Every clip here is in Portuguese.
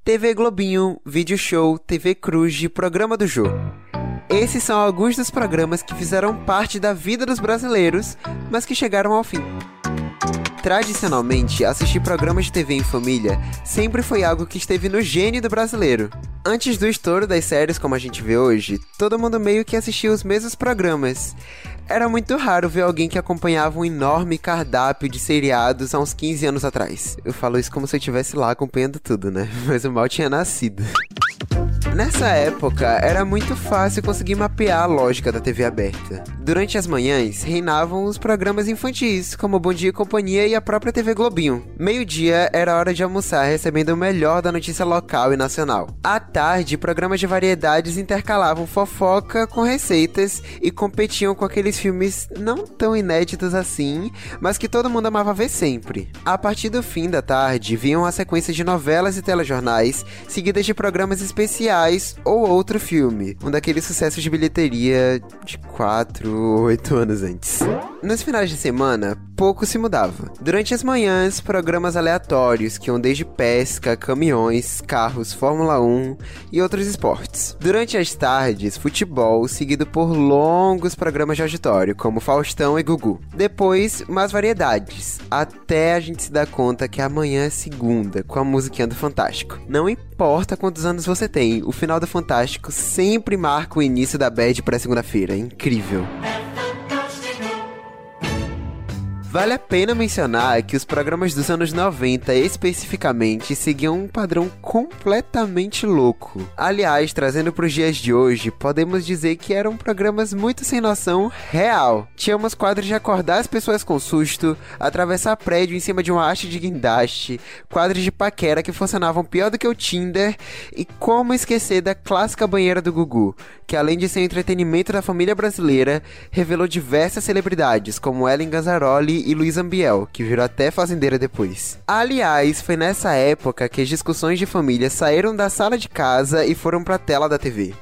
TV Globinho, Vídeo Show, TV Cruz, Programa do Jô. Esses são alguns dos programas que fizeram parte da vida dos brasileiros, mas que chegaram ao fim. Tradicionalmente, assistir programas de TV em família sempre foi algo que esteve no gene do brasileiro. Antes do estouro das séries como a gente vê hoje, todo mundo meio que assistia os mesmos programas. Era muito raro ver alguém que acompanhava um enorme cardápio de seriados há uns 15 anos atrás. Eu falo isso como se eu estivesse lá acompanhando tudo, né? Mas eu mal tinha nascido. Nessa época, era muito fácil conseguir mapear a lógica da TV aberta. Durante as manhãs, reinavam os programas infantis, como Bom Dia e Companhia e a própria TV Globinho. Meio-dia era hora de almoçar, recebendo o melhor da notícia local e nacional. À tarde, programas de variedades intercalavam fofoca com receitas e competiam com aqueles filmes não tão inéditos assim, mas que todo mundo amava ver sempre. A partir do fim da tarde, vinham a sequência de novelas e telejornais, seguidas de programas especiais ou outro filme, um daqueles sucessos de bilheteria de 4 ou 8 anos antes. Nos finais de semana, pouco se mudava. Durante as manhãs, programas aleatórios que iam desde pesca, caminhões, carros, Fórmula 1 e outros esportes. Durante as tardes, futebol, seguido por longos programas de auditório, como Faustão e Gugu. Depois, mais variedades, até a gente se dar conta que amanhã é segunda, com a musiquinha do Fantástico. Não importa quantos anos você tem, o final do Fantástico sempre marca o início da bad pra segunda-feira. Incrível. Vale a pena mencionar que os programas dos anos 90, especificamente, seguiam um padrão completamente louco. Aliás, trazendo para os dias de hoje, podemos dizer que eram programas muito sem noção real. Tínhamos quadros de acordar as pessoas com susto, atravessar prédio em cima de uma haste de guindaste, quadros de paquera que funcionavam pior do que o Tinder, e como esquecer da clássica banheira do Gugu, que além de ser um entretenimento da família brasileira, revelou diversas celebridades, como Ellen Gazzaroli e Luísa Ambiel, que virou até fazendeira depois. Aliás, foi nessa época que as discussões de família saíram da sala de casa e foram pra tela da TV.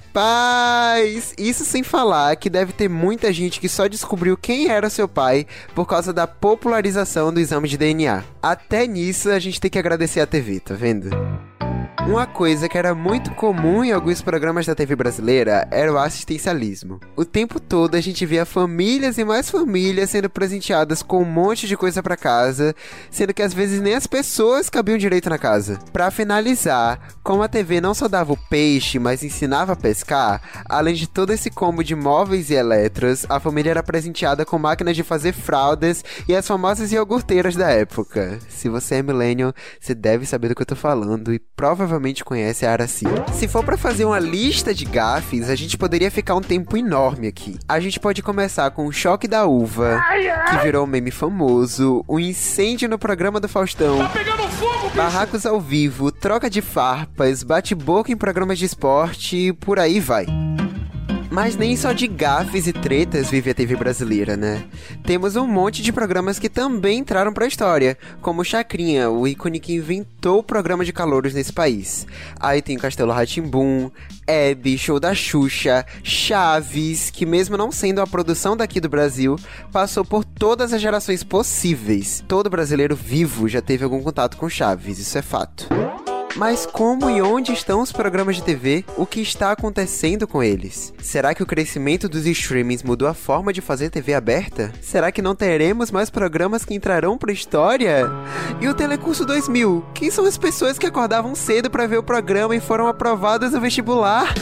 Rapaz! Isso sem falar que deve ter muita gente que só descobriu quem era seu pai por causa da popularização do exame de DNA. Até nisso a gente tem que agradecer a TV, tá vendo? Uma coisa que era muito comum em alguns programas da TV brasileira era o assistencialismo. O tempo todo a gente via famílias e mais famílias sendo presenteadas com um monte de coisa pra casa, sendo que às vezes nem as pessoas cabiam direito na casa. Pra finalizar, como a TV não só dava o peixe, mas ensinava a pescar, além de todo esse combo de móveis e eletros, a família era presenteada com máquinas de fazer fraldas e as famosas iogurteiras da época. Se você é millennial, você deve saber do que eu tô falando e provavelmente conhece a Aracy. Se for pra fazer uma lista de gafes, a gente poderia ficar um tempo enorme aqui. A gente pode começar com o choque da uva, que virou um meme famoso, o incêndio no programa do Faustão, tá pegando fogo, bicho! Barracos ao vivo, troca de farpas, bate-boca em programas de esporte e por aí vai. Mas nem só de gafes e tretas vive a TV brasileira, né? Temos um monte de programas que também entraram pra história, como Chacrinha, o ícone que inventou o programa de calouros nesse país. Aí tem Castelo Rá-Tim-Bum, Hebe, Show da Xuxa, Chaves, que mesmo não sendo a produção daqui do Brasil, passou por todas as gerações possíveis. Todo brasileiro vivo já teve algum contato com Chaves, isso é fato. Mas como e onde estão os programas de TV? O que está acontecendo com eles? Será que o crescimento dos streamings mudou a forma de fazer TV aberta? Será que não teremos mais programas que entrarão para a história? E o Telecurso 2000? Quem são as pessoas que acordavam cedo para ver o programa e foram aprovadas no vestibular?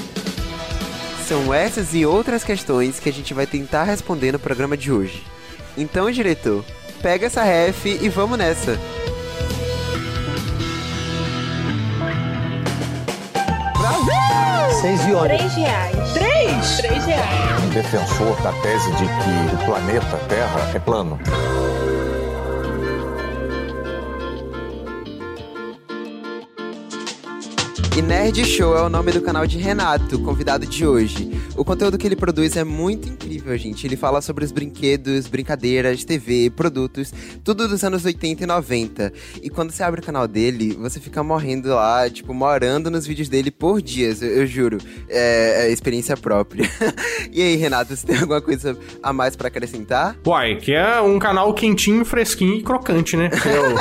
São essas e outras questões que a gente vai tentar responder no programa de hoje. Então, diretor, pega essa ref e vamos nessa! 6 iones. R$3. 3 reais. Defensor da tese de que o planeta Terra é plano. E Nerd Show é o nome do canal de Renato, convidado de hoje. O conteúdo que ele produz é muito incrível, gente. Ele fala sobre os brinquedos, brincadeiras, TV, produtos, tudo dos anos 80 e 90. E quando você abre o canal dele, você fica morrendo lá, tipo, morando nos vídeos dele por dias, eu juro. É experiência própria. E aí, Renato, você tem alguma coisa a mais pra acrescentar? Uai, que é um canal quentinho, fresquinho e crocante, né?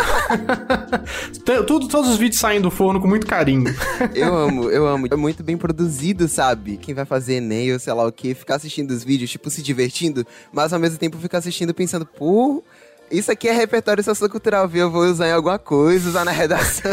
Todos os vídeos saem do forno com muito carinho. Eu amo. É muito bem produzido, sabe? Quem vai fazer Enem ou sei lá o que, ficar assistindo os vídeos, tipo, se divertindo, mas ao mesmo tempo ficar assistindo pensando, pô, isso aqui é repertório sociocultural, viu? Eu vou usar em alguma coisa, usar na redação.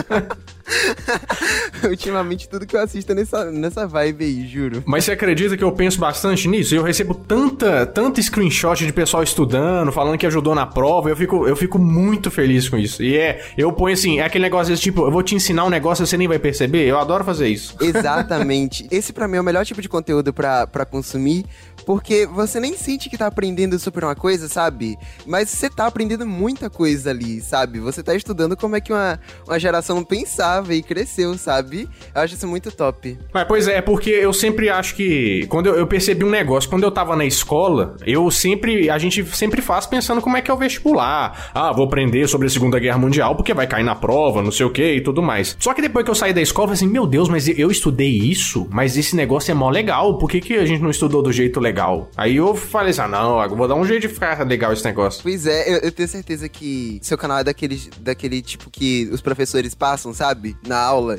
Ultimamente tudo que eu assisto é nessa vibe aí, juro. Mas você acredita que eu penso bastante nisso? Eu recebo tanta screenshot de pessoal estudando, falando que ajudou na prova, eu fico muito feliz com isso. E eu ponho assim, é aquele negócio desse tipo, eu vou te ensinar um negócio e você nem vai perceber. Eu adoro fazer isso. Exatamente. Esse pra mim é o melhor tipo de conteúdo pra consumir, porque você nem sente que tá aprendendo sobre uma coisa, sabe? Mas você tá aprendendo muita coisa ali, sabe? Você tá estudando como é que uma geração pensava e cresceu, sabe? Eu acho isso muito top. Pois é, porque eu sempre acho que... Quando eu percebi um negócio, quando eu tava na escola, a gente sempre faz pensando como é que é o vestibular. Ah, vou aprender sobre a Segunda Guerra Mundial, porque vai cair na prova, não sei o que e tudo mais. Só que depois que eu saí da escola, eu falei assim, meu Deus, mas eu estudei isso? Mas esse negócio é mó legal, por que a gente não estudou do jeito legal? Aí eu falei assim, não, eu vou dar um jeito de ficar legal esse negócio. Pois é, eu tenho certeza que seu canal é daquele tipo que os professores passam, sabe? Na aula.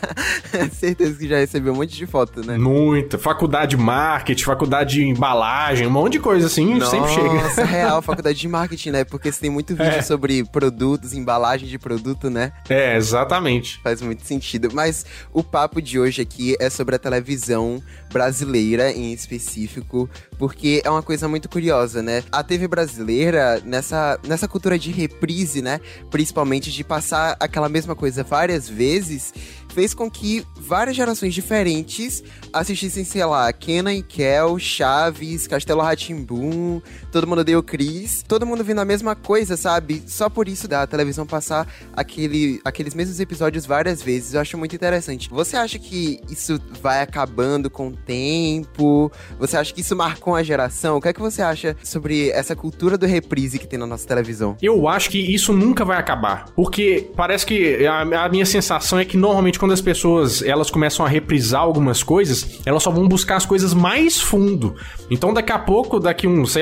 Certeza que já recebeu um monte de foto, né? Muita. Faculdade de marketing, faculdade de embalagem, um monte de coisa assim, sempre chega. Nossa, real, faculdade de marketing, né? Porque você tem muito vídeo sobre produtos, embalagem de produto, né? É, exatamente. Faz muito sentido. Mas o papo de hoje aqui é sobre a televisão brasileira em específico, porque é uma coisa muito curiosa, né? A TV brasileira, nessa cultura de reprise, né? Principalmente de passar aquela mesma coisa várias vezes, fez com que várias gerações diferentes assistissem, sei lá, Kenan e Kel, Chaves, Castelo Rá-Tim-Bum, Todo Mundo Odeia o Chris, todo mundo vendo a mesma coisa, sabe? Só por isso da televisão passar aqueles mesmos episódios várias vezes, eu acho muito interessante. Você acha que isso vai acabando com o tempo? Você acha que isso marcou a geração? O que é que você acha sobre essa cultura do reprise que tem na nossa televisão? Eu acho que isso nunca vai acabar, porque parece que a minha sensação é que normalmente quando as pessoas elas começam a reprisar algumas coisas, elas só vão buscar as coisas mais fundo. Então daqui a pouco, daqui uns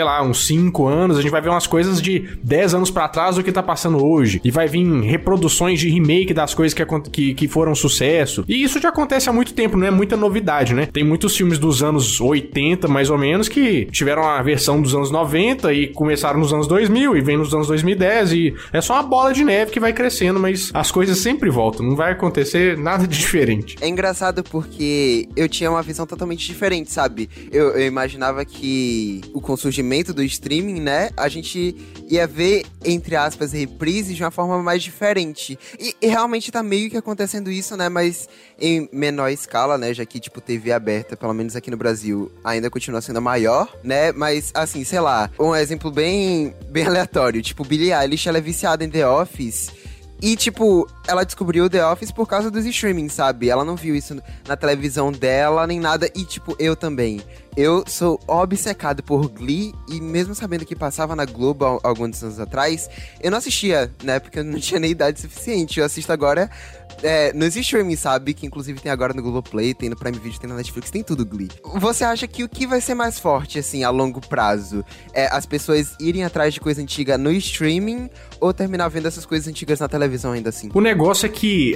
5 anos, a gente vai ver umas coisas de 10 anos pra trás do que tá passando hoje. E vai vir reproduções de remake das coisas que foram sucesso. E isso já acontece há muito tempo, não é muita novidade, né? Tem muitos filmes dos anos 80, mais ou menos, que tiveram a versão dos anos 90 e começaram nos anos 2000 e vem nos anos 2010 e é só uma bola de neve que vai crescendo, mas as coisas sempre voltam, não vai acontecer nada de diferente. É engraçado porque eu tinha uma visão totalmente diferente, sabe? Eu imaginava que com o surgimento do streaming, né, a gente ia ver, entre aspas, reprises de uma forma mais diferente. E realmente tá meio que acontecendo isso, né, mas em menor escala, né, já que, tipo, TV aberta, pelo menos aqui no Brasil, ainda continua sendo a maior, né, mas, assim, sei lá, um exemplo bem aleatório, tipo, Billie Eilish, ela é viciada em The Office. E, tipo, ela descobriu The Office por causa dos streaming, sabe? Ela não viu isso na televisão dela, nem nada. E, tipo, eu também. Eu sou obcecado por Glee. E mesmo sabendo que passava na Globo alguns anos atrás, eu não assistia, né? Porque eu não tinha nem idade suficiente. Eu assisto agora nos streaming, sabe? Que inclusive tem agora no Globoplay, tem no Prime Video, tem na Netflix, tem tudo Glee. Você acha que o que vai ser mais forte, assim, a longo prazo? É as pessoas irem atrás de coisa antiga no streaming ou terminar vendo essas coisas antigas na televisão ainda assim? O negócio é que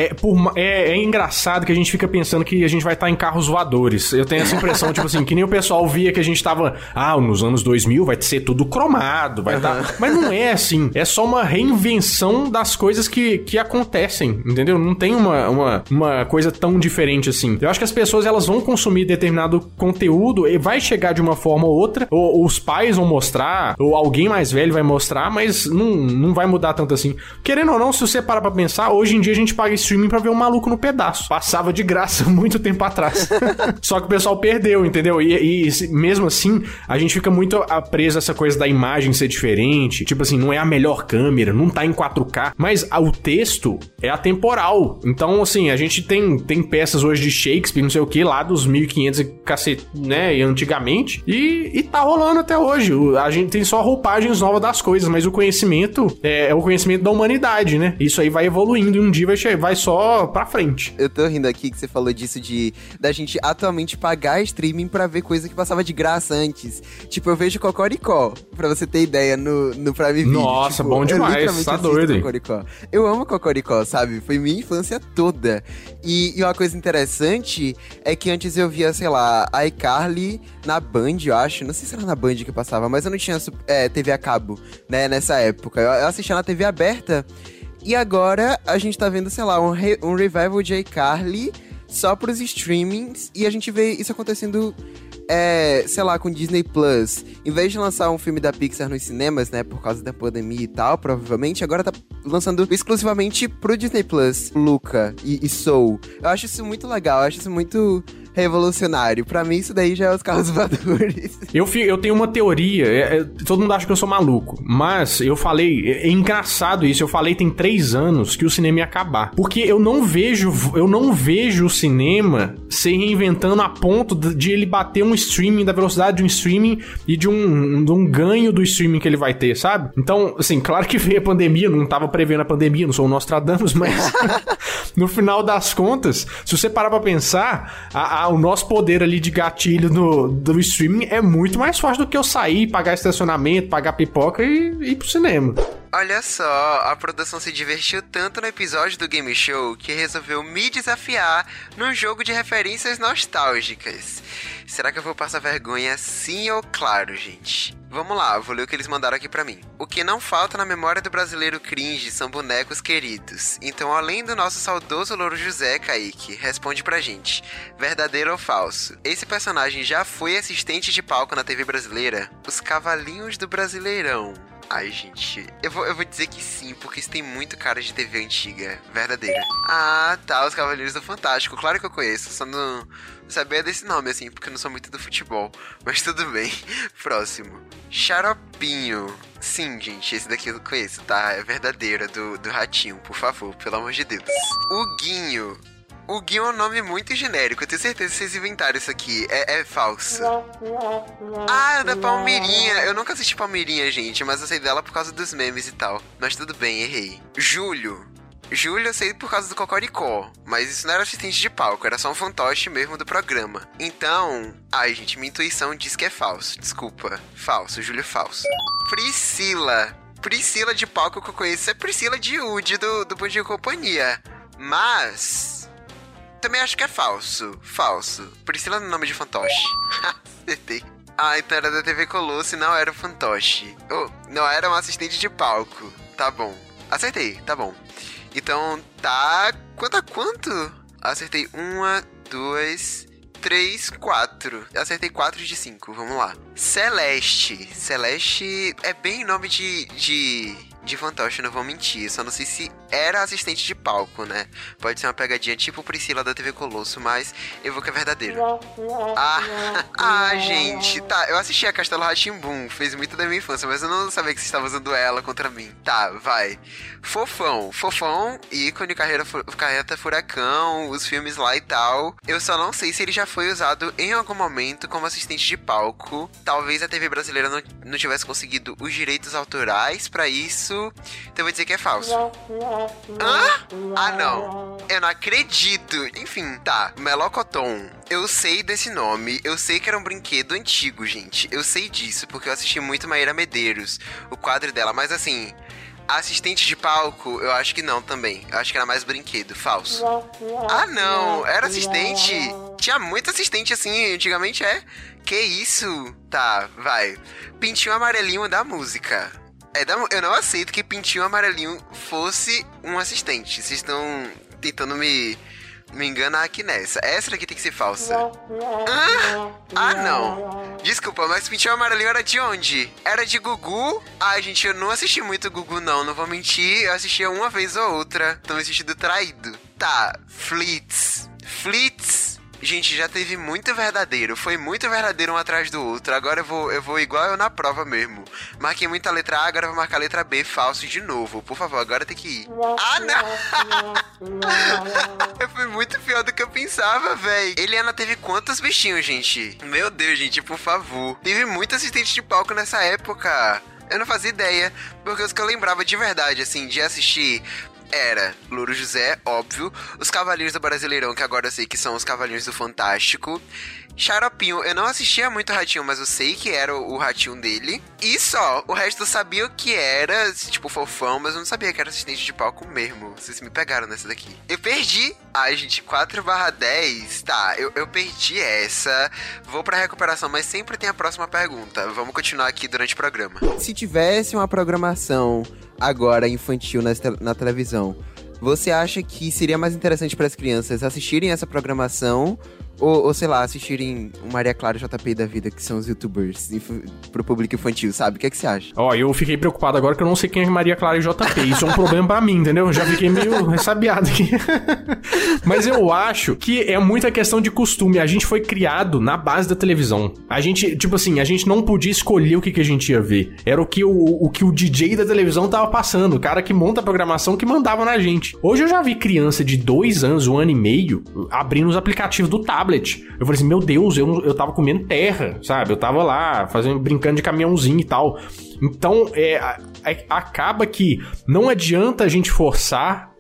é engraçado que a gente fica pensando que a gente vai estar em carros voadores. Eu tenho essa impressão, tipo assim, que nem o pessoal via que a gente tava, nos anos 2000 vai ser tudo cromado, vai estar... Mas não é assim, é só uma reinvenção das coisas que acontecem, entendeu? Não tem uma coisa tão diferente assim. Eu acho que as pessoas, elas vão consumir determinado conteúdo e vai chegar de uma forma ou outra, ou os pais vão mostrar, ou alguém mais velho vai mostrar, mas não vai mudar tanto assim. Querendo ou não, se você parar pra pensar, hoje em dia a gente paga streaming pra ver um maluco no pedaço. Passava de graça muito tempo atrás. Só que o pessoal perdeu, entendeu? entendeu? E mesmo assim, a gente fica muito preso a essa coisa da imagem ser diferente. Tipo assim, não é a melhor câmera, não tá em 4K. Mas o texto é atemporal. Então, assim, a gente tem peças hoje de Shakespeare, não sei o que, lá dos 1500 e cacete, né? E antigamente. E tá rolando até hoje. A gente tem só roupagens novas das coisas, mas o conhecimento é o conhecimento da humanidade, né? Isso aí vai evoluindo e um dia vai só pra frente. Eu tô rindo aqui que você falou disso da gente atualmente pagar streaming pra ver coisa que passava de graça antes. Tipo, eu vejo Cocoricó, pra você ter ideia, no Prime Video. Nossa, tipo, bom demais, tá doido, hein? Cocoricó. Eu amo Cocoricó, sabe? Foi minha infância toda. E uma coisa interessante é que antes eu via, sei lá, a iCarly na Band, eu acho. Não sei se era na Band que passava, mas eu não tinha TV a cabo, né, nessa época. Eu assistia na TV aberta. E agora a gente tá vendo, sei lá, um revival de iCarly só pros streamings. E a gente vê isso acontecendo, sei lá, com Disney Plus. Em vez de lançar um filme da Pixar nos cinemas, né, por causa da pandemia e tal, provavelmente, agora tá lançando exclusivamente pro Disney Plus, Luca e Soul. Eu acho isso muito legal, eu acho isso muito revolucionário. Pra mim, isso daí já é os carros voadores. Eu tenho uma teoria, todo mundo acha que eu sou maluco, mas eu falei, é engraçado isso, eu falei tem 3 anos que o cinema ia acabar. Porque eu não vejo o cinema se reinventando a ponto de ele bater um streaming, da velocidade de um streaming e de um ganho do streaming que ele vai ter, sabe? Então, assim, claro que veio a pandemia, não tava prevendo a pandemia, não sou o Nostradamus, mas no final das contas, se você parar pra pensar, o nosso poder ali de gatilho do streaming é muito mais forte do que eu sair, pagar estacionamento, pagar pipoca e ir pro cinema. Olha só, a produção se divertiu tanto no episódio do Game Show que resolveu me desafiar num jogo de referências nostálgicas. Será que eu vou passar vergonha sim ou claro, gente? Vamos lá, vou ler o que eles mandaram aqui pra mim. O que não falta na memória do brasileiro cringe são bonecos queridos. Então, além do nosso saudoso Louro José, Kaique, responde pra gente. Verdadeiro ou falso? Esse personagem já foi assistente de palco na TV brasileira? Os Cavalinhos do Brasileirão. Ai, gente, eu vou dizer que sim, porque isso tem muito cara de TV antiga, verdadeira. Ah, tá, os Cavaleiros do Fantástico, claro que eu conheço, só não sabia desse nome, assim, porque eu não sou muito do futebol. Mas tudo bem, próximo. Xaropinho. Sim, gente, esse daqui eu conheço, tá? É verdadeira, do Ratinho, por favor, pelo amor de Deus. O Guinho. O Guinho é um nome muito genérico, eu tenho certeza que vocês inventaram isso aqui. É falso. Ah, da Palmeirinha. Eu nunca assisti Palmeirinha, gente, mas eu sei dela por causa dos memes e tal. Mas tudo bem, errei. Júlio eu sei por causa do Cocoricó, mas isso não era assistente de palco, era só um fantoche mesmo do programa. Então, ai gente, minha intuição diz que é falso, desculpa. Falso, Júlio falso. Priscila de palco que eu conheço é Priscila de Woody do Bom Dia e Companhia, mas também acho que é falso. Priscila no nome de fantoche. Acertei. Ah, então era da TV Colosso e não era o fantoche. Não era um assistente de palco. Tá bom. Acertei, tá bom. Então, tá... Quanto? Acertei 1, 2, 3, 4. Acertei 4 de 5, vamos lá. Celeste é bem nome de fantoche, não vou mentir. Só não sei se era assistente de palco, né? Pode ser uma pegadinha tipo Priscila da TV Colosso, mas eu vou que é verdadeiro. Gente, tá. Eu assisti a Castelo Rá-Tim-Bum, fez muito da minha infância, mas eu não sabia que você estava usando ela contra mim. Tá, vai. Fofão, ícone, Carreta Furacão, os filmes lá e tal. Eu só não sei se ele já foi usado em algum momento como assistente de palco. Talvez a TV brasileira não tivesse conseguido os direitos autorais pra isso. Então eu vou dizer que é falso. Não. Eu não acredito. Enfim, tá. Melocoton. Eu sei desse nome. Eu sei que era um brinquedo antigo, gente. Eu sei disso, porque eu assisti muito Maíra Medeiros, o quadro dela. Mas assim, assistente de palco, eu acho que não também. Eu acho que era mais brinquedo. Falso. Não. Era assistente? Tinha muito assistente assim, antigamente Que isso? Tá, vai. Pintinho amarelinho da música. Eu não aceito que Pintinho Amarelinho fosse um assistente. Vocês estão tentando me enganar aqui nessa. Essa daqui tem que ser falsa. Não. Desculpa, mas Pintinho Amarelinho era de onde? Era de Gugu? Gente, eu não assisti muito Gugu, não vou mentir. Eu assistia uma vez ou outra. Tô me sentindo traído. Tá, Flits. Gente, já teve muito verdadeiro. Foi muito verdadeiro um atrás do outro. Agora eu vou igual eu na prova mesmo. Marquei muita letra A, agora eu vou marcar a letra B falso de novo. Por favor, agora tem que ir. Ah, não! Eu fui muito pior do que eu pensava, véi. Eliana teve quantos bichinhos, gente? Meu Deus, gente, por favor. Teve muito assistente de palco nessa época. Eu não fazia ideia. Porque os que eu lembrava de verdade, assim, de assistir... era Louro José, óbvio. Os Cavalinhos do Brasileirão, que agora eu sei que são os Cavalinhos do Fantástico. Xaropinho, eu não assistia muito o Ratinho, mas eu sei que era o ratinho dele. E só, o resto eu sabia o que era, tipo, fofão, mas eu não sabia que era assistente de palco mesmo. Vocês me pegaram nessa daqui. Eu perdi. Ai, gente, 4/10. Tá, eu perdi essa. Vou pra recuperação, mas sempre tem a próxima pergunta. Vamos continuar aqui durante o programa. Se tivesse uma programação agora infantil na televisão, você acha que seria mais interessante para as crianças assistirem essa programação ou, sei lá, assistirem o Maria Clara e JP da vida, que são os youtubers, pro público infantil, sabe? O que é que você acha? Ó, eu fiquei preocupado agora que eu não sei quem é Maria Clara e JP. Isso é um problema pra mim, entendeu? Eu já fiquei meio ressabiado aqui. Mas eu acho que é muita questão de costume. A gente foi criado na base da televisão. A gente, tipo assim, a gente não podia escolher o que a gente ia ver. Era o que o DJ da televisão tava passando. O cara que monta a programação que mandava na gente. Hoje eu já vi criança de 2 anos, 1 ano e meio, abrindo os aplicativos do tablet. Eu falei assim, meu Deus, eu tava comendo terra, sabe? Eu tava lá, brincando de caminhãozinho e tal. Então, acaba que não adianta a gente forçar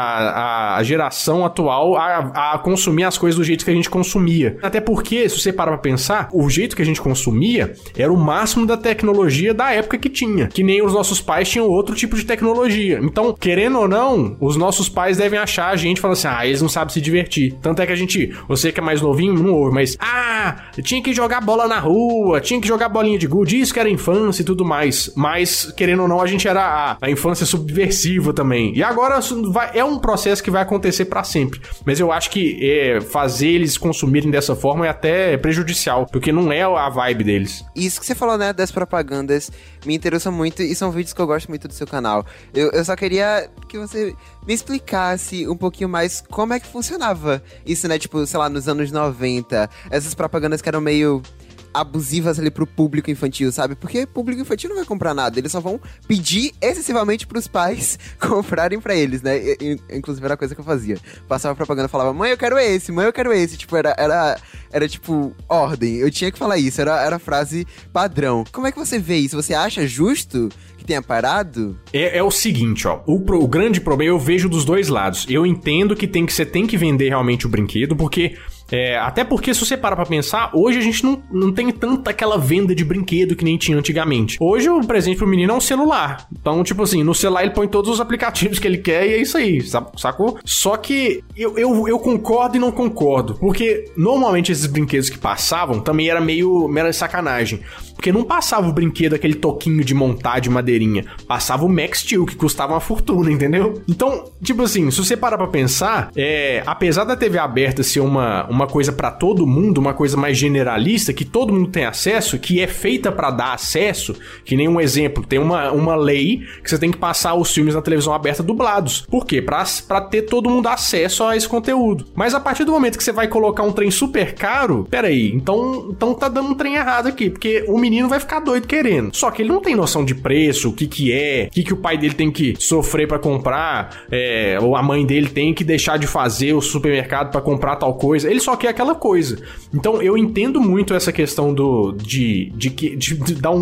a geração atual a consumir as coisas do jeito que a gente consumia. Até porque, se você parar pra pensar, o jeito que a gente consumia era o máximo da tecnologia da época que tinha. Que nem os nossos pais tinham outro tipo de tecnologia. Então, querendo ou não, os nossos pais devem achar a gente falando assim, eles não sabem se divertir. Tanto é que a gente, você que é mais novinho, não ouve, mas, tinha que jogar bola na rua, tinha que jogar bolinha de gude, isso que era infância e tudo mais. Mas, querendo ou não, a gente era a infância subversiva também. E agora é um processo que vai acontecer pra sempre. Mas eu acho que fazer eles consumirem dessa forma é até prejudicial, porque não é a vibe deles. Isso que você falou, né, das propagandas, me interessa muito e são vídeos que eu gosto muito do seu canal. Eu só queria que você me explicasse um pouquinho mais como é que funcionava isso, né, tipo, sei lá, nos anos 90, essas propagandas que eram meio abusivas ali pro público infantil, sabe? Porque público infantil não vai comprar nada, eles só vão pedir excessivamente pros pais comprarem pra eles, né? Inclusive era a coisa que eu fazia. Passava propaganda, falava, mãe, eu quero esse, mãe, eu quero esse. Tipo, era tipo, ordem. Eu tinha que falar isso, era a frase padrão. Como é que você vê isso? Você acha justo que tenha parado? É o seguinte, ó, o grande problema, eu vejo dos dois lados. Eu entendo que você tem que vender realmente o brinquedo, porque... até porque, se você parar pra pensar, hoje a gente não tem tanta aquela venda de brinquedo que nem tinha antigamente. Hoje o presente pro menino é um celular. Então, tipo assim, no celular ele põe todos os aplicativos que ele quer e é isso aí, sacou? Só que eu concordo e não concordo. Porque normalmente esses brinquedos que passavam também era meio mera sacanagem. Porque não passava o brinquedo, aquele toquinho de montar de madeirinha. Passava o Max Steel, que custava uma fortuna, entendeu? Então, tipo assim, se você parar pra pensar, apesar da TV aberta ser uma coisa pra todo mundo, uma coisa mais generalista, que todo mundo tem acesso, que é feita pra dar acesso, que nem um exemplo, tem uma lei que você tem que passar os filmes na televisão aberta dublados. Por quê? Pra ter todo mundo acesso a esse conteúdo. Mas a partir do momento que você vai colocar um trem super caro, peraí, então tá dando um trem errado aqui, porque o menino vai ficar doido querendo. Só que ele não tem noção de preço, o que o pai dele tem que sofrer pra comprar, ou a mãe dele tem que deixar de fazer o supermercado pra comprar tal coisa. Ele só quer aquela coisa. Então eu entendo muito essa questão de dar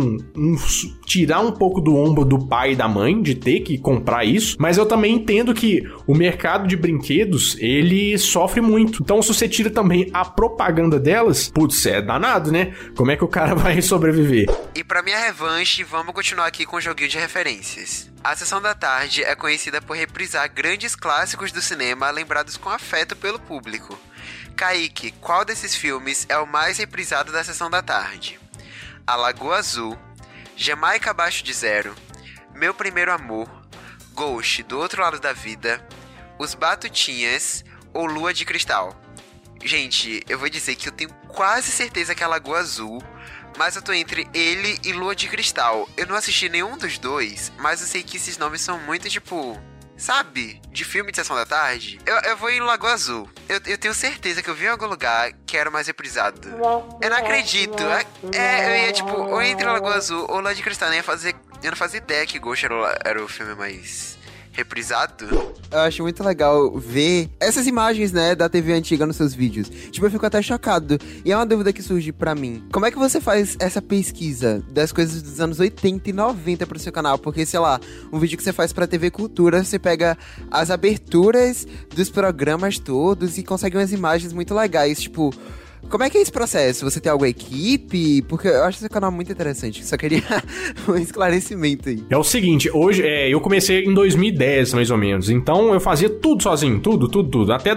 tirar um pouco do ombro do pai e da mãe de ter que comprar isso, mas eu também entendo que o mercado de brinquedos, ele sofre muito. Então se você tira também a propaganda delas, putz, é danado, né? Como é que o cara vai sobreviver? E pra minha revanche, vamos continuar aqui com o joguinho de referências. A Sessão da Tarde é conhecida por reprisar grandes clássicos do cinema lembrados com afeto pelo público. Kaique, qual desses filmes é o mais reprisado da Sessão da Tarde? A Lagoa Azul, Jamaica Abaixo de Zero, Meu Primeiro Amor, Ghost, Do Outro Lado da Vida, Os Batutinhas ou Lua de Cristal? Gente, eu vou dizer que eu tenho quase certeza que é a Lagoa Azul, mas eu tô entre ele e Lua de Cristal. Eu não assisti nenhum dos dois, mas eu sei que esses nomes são muito, tipo, sabe, de filme de sessão da tarde, eu vou em Lagoa Azul. Eu tenho certeza que eu vi em algum lugar que era mais reprisado. Eu não acredito. Eu ia, tipo, ou entre Lagoa Azul ou Lá de Cristal. Eu não fazia ideia que Ghost era o filme mais reprisado. Eu acho muito legal ver essas imagens, né, da TV antiga nos seus vídeos. Tipo, eu fico até chocado. E é uma dúvida que surge pra mim. Como é que você faz essa pesquisa das coisas dos anos 80 e 90 pro seu canal? Porque, sei lá, um vídeo que você faz pra TV Cultura, você pega as aberturas dos programas todos e consegue umas imagens muito legais, tipo... Como é que é esse processo? Você tem alguma equipe? Porque eu acho esse canal muito interessante. Só queria um esclarecimento aí. É o seguinte, hoje, eu comecei em 2010, mais ou menos. Então, eu fazia tudo sozinho. Tudo. Até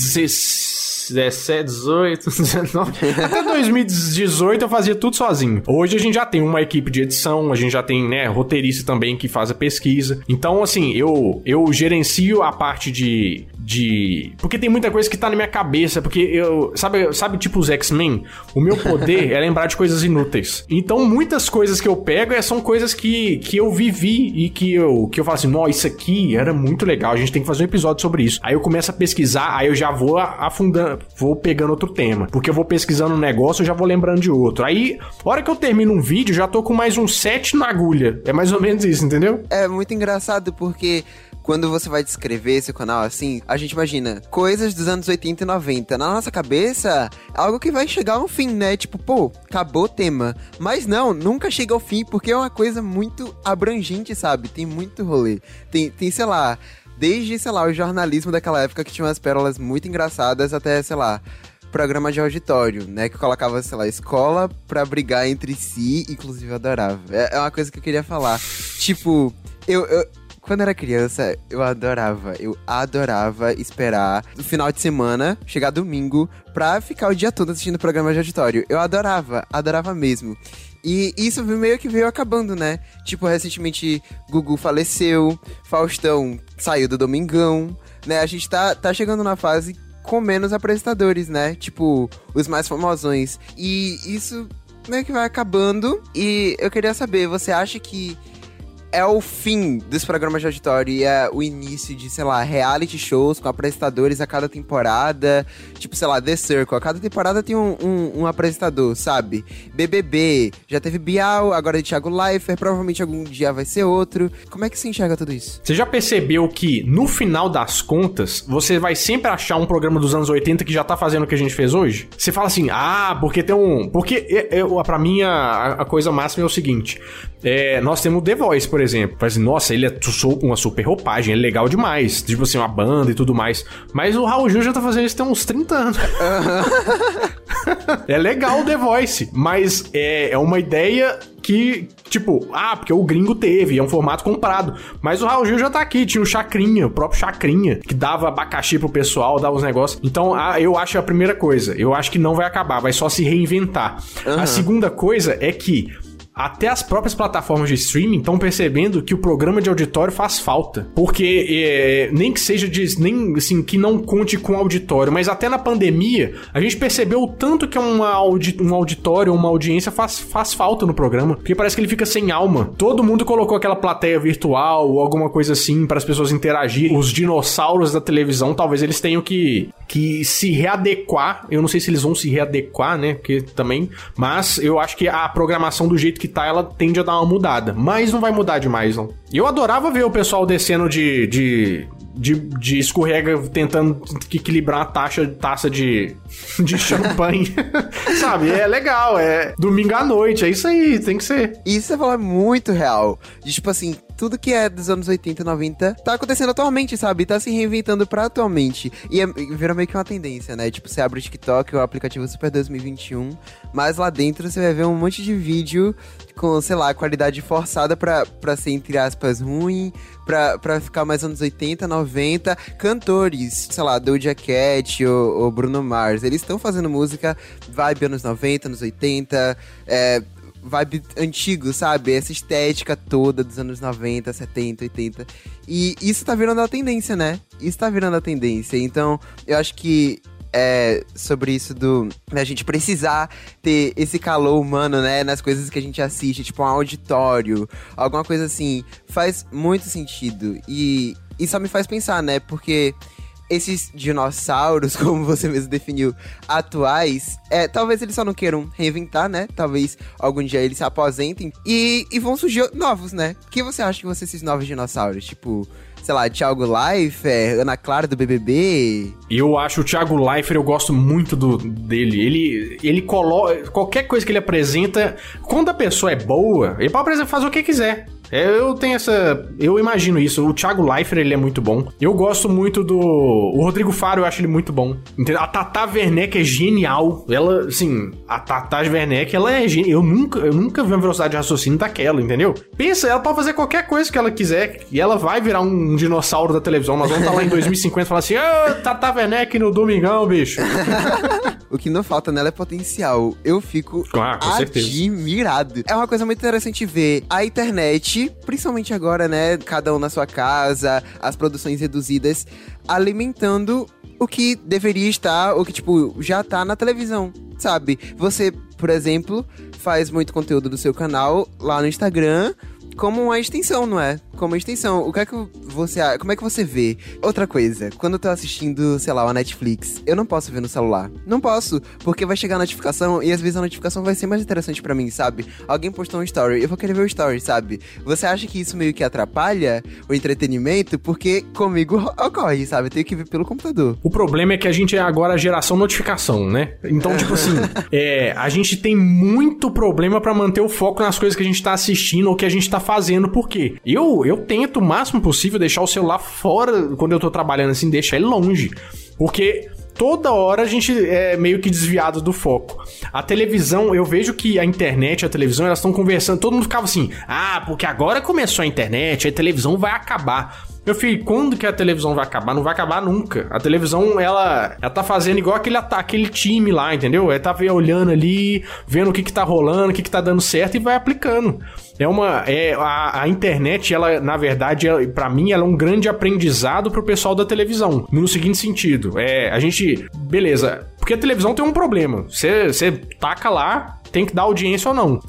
2017, 18, 19... Até 2018 eu fazia tudo sozinho. Hoje a gente já tem uma equipe de edição, a gente já tem, né, roteirista também que faz a pesquisa. Então, assim, eu gerencio a parte de... Porque tem muita coisa que tá na minha cabeça, porque eu... Sabe tipo os X-Men? O meu poder é lembrar de coisas inúteis. Então, muitas coisas que eu pego são coisas que eu vivi e que eu falo assim, nossa, isso aqui era muito legal, a gente tem que fazer um episódio sobre isso. Aí eu começo a pesquisar, aí eu já vou afundando, vou pegando outro tema. Porque eu vou pesquisando um negócio, eu já vou lembrando de outro. Aí, a hora que eu termino um vídeo, já tô com mais um 7 na agulha. É mais ou menos isso, entendeu? É muito engraçado porque... Quando você vai descrever seu canal assim, a gente imagina coisas dos anos 80 e 90. Na nossa cabeça, algo que vai chegar ao fim, né? Tipo, pô, acabou o tema. Mas não, nunca chega ao fim, porque é uma coisa muito abrangente, sabe? Tem muito rolê. Tem sei lá, desde, sei lá, o jornalismo daquela época que tinha umas pérolas muito engraçadas até, sei lá, programa de auditório, né? Que colocava, sei lá, escola pra brigar entre si, inclusive eu adorava. É uma coisa que eu queria falar. Tipo, quando eu era criança, eu adorava esperar no final de semana, chegar domingo, pra ficar o dia todo assistindo programa de auditório. Eu adorava mesmo. E isso meio que veio acabando, né? Tipo, recentemente, Gugu faleceu, Faustão saiu do Domingão, né? A gente tá chegando na fase com menos apresentadores, né? Tipo, os mais famosões. E isso meio que vai acabando. E eu queria saber, você acha que é o fim dos programas de auditório e é o início de, sei lá, reality shows com apresentadores a cada temporada? Tipo, sei lá, The Circle, a cada temporada tem um apresentador, sabe? BBB, já teve Bial, agora é Thiago Leifert, provavelmente algum dia vai ser outro. Como é que você enxerga tudo isso? Você já percebeu que, no final das contas, você vai sempre achar um programa dos anos 80 que já tá fazendo o que a gente fez hoje? Você fala assim, porque tem um... Porque, pra mim, a coisa máxima é o seguinte... nós temos The Voice, por exemplo. Faz assim, nossa, ele é uma super roupagem, ele é legal demais. Tipo assim, uma banda e tudo mais. Mas o Raul Gil já tá fazendo isso tem uns 30 anos. É legal o The Voice, mas é uma ideia que, tipo, porque o gringo teve, é um formato comprado. Mas o Raul Gil já tá aqui, tinha o Chacrinha, o próprio Chacrinha, que dava abacaxi pro pessoal, dava os negócios. Então, eu acho a primeira coisa, eu acho que não vai acabar, vai só se reinventar. A segunda coisa é que até as próprias plataformas de streaming estão percebendo que o programa de auditório faz falta. Porque nem que seja nem assim, que não conte com auditório, mas até na pandemia, a gente percebeu o tanto que um auditório, uma audiência faz falta no programa. Porque parece que ele fica sem alma. Todo mundo colocou aquela plateia virtual ou alguma coisa assim para as pessoas interagirem. Os dinossauros da televisão, talvez eles tenham que se readequar. Eu não sei se eles vão se readequar, né? Porque também... Mas eu acho que a programação do jeito que tá, ela tende a dar uma mudada. Mas não vai mudar demais, não. Eu adorava ver o pessoal descendo de escorrega tentando equilibrar uma taça de champanhe. Sabe? É legal, é domingo à noite, é isso aí, tem que ser. Isso você fala muito real. De, tipo assim, tudo que é dos anos 80 e 90 tá acontecendo atualmente, sabe? Tá se reinventando pra atualmente. E virou meio que uma tendência, né? Tipo, você abre o TikTok, o aplicativo Super 2021, mas lá dentro você vai ver um monte de vídeo com, sei lá, qualidade forçada pra ser, entre aspas, ruim, pra ficar mais anos 80, 90. Cantores, sei lá, Doja Cat ou Bruno Mars, eles estão fazendo música vibe anos 90, anos 80, vibe antigo, sabe? Essa estética toda dos anos 90, 70, 80. E isso tá virando a tendência, né? Isso tá virando a tendência. Então, eu acho que sobre isso a gente precisar ter esse calor humano, né, nas coisas que a gente assiste, tipo um auditório, alguma coisa assim, faz muito sentido. E E só me faz pensar, né? Porque esses dinossauros, como você mesmo definiu, atuais, talvez eles só não queiram reinventar, né? Talvez algum dia eles se aposentem e vão surgir novos, né? O que você acha que vão ser esses novos dinossauros? Tipo, sei lá, Thiago Leifert, Ana Clara do BBB? Eu acho o Thiago Leifert, eu gosto muito dele. Ele coloca... Qualquer coisa que ele apresenta, quando a pessoa é boa, ele pode fazer o que quiser. Eu tenho eu imagino isso. O Thiago Leifert, ele é muito bom. Eu gosto muito o Rodrigo Faro, eu acho ele muito bom. Entendeu? A Tata Werneck é genial. Ela, assim, a Tata Werneck, ela é genial. Eu nunca vi uma velocidade de raciocínio daquela, entendeu? Pensa, ela pode fazer qualquer coisa que ela quiser e ela vai virar um dinossauro da televisão. Nós vamos estar lá em 2050 e falar assim, Tata Werneck no domingão, bicho. O que não falta nela é potencial. Eu fico admirado. É uma coisa muito interessante ver a internet, principalmente agora, né? Cada um na sua casa, as produções reduzidas, alimentando o que deveria estar, o que, tipo, já tá na televisão, sabe? Você, por exemplo, faz muito conteúdo do seu canal lá no Instagram como uma extensão, não é? Como uma extensão. Como é que você vê? Outra coisa, quando eu tô assistindo, sei lá, a Netflix, eu não posso ver no celular. Não posso, porque vai chegar a notificação e às vezes a notificação vai ser mais interessante pra mim, sabe? Alguém postou um story, eu vou querer ver o story, sabe? Você acha que isso meio que atrapalha o entretenimento? Porque comigo ocorre, sabe? Eu tenho que ver pelo computador. O problema é que a gente é agora a geração notificação, né? Então, tipo assim, a gente tem muito problema pra manter o foco nas coisas que a gente tá assistindo ou que a gente tá fazendo. Por quê? Eu tento o máximo possível deixar o celular fora quando eu tô trabalhando assim, deixar ele longe. Porque toda hora a gente é meio que desviado do foco. A televisão, eu vejo que a internet e a televisão, elas estão conversando. Todo mundo ficava assim, porque agora começou a internet, a televisão vai acabar. Meu filho, quando que a televisão vai acabar? Não vai acabar nunca. A televisão, ela tá fazendo igual aquele time lá, entendeu? Ela tá olhando ali, vendo o que tá rolando, o que tá dando certo e vai aplicando. A internet, ela, na verdade, pra mim, ela é um grande aprendizado pro pessoal da televisão. No seguinte sentido, beleza, porque a televisão tem um problema. Você taca lá, tem que dar audiência ou não.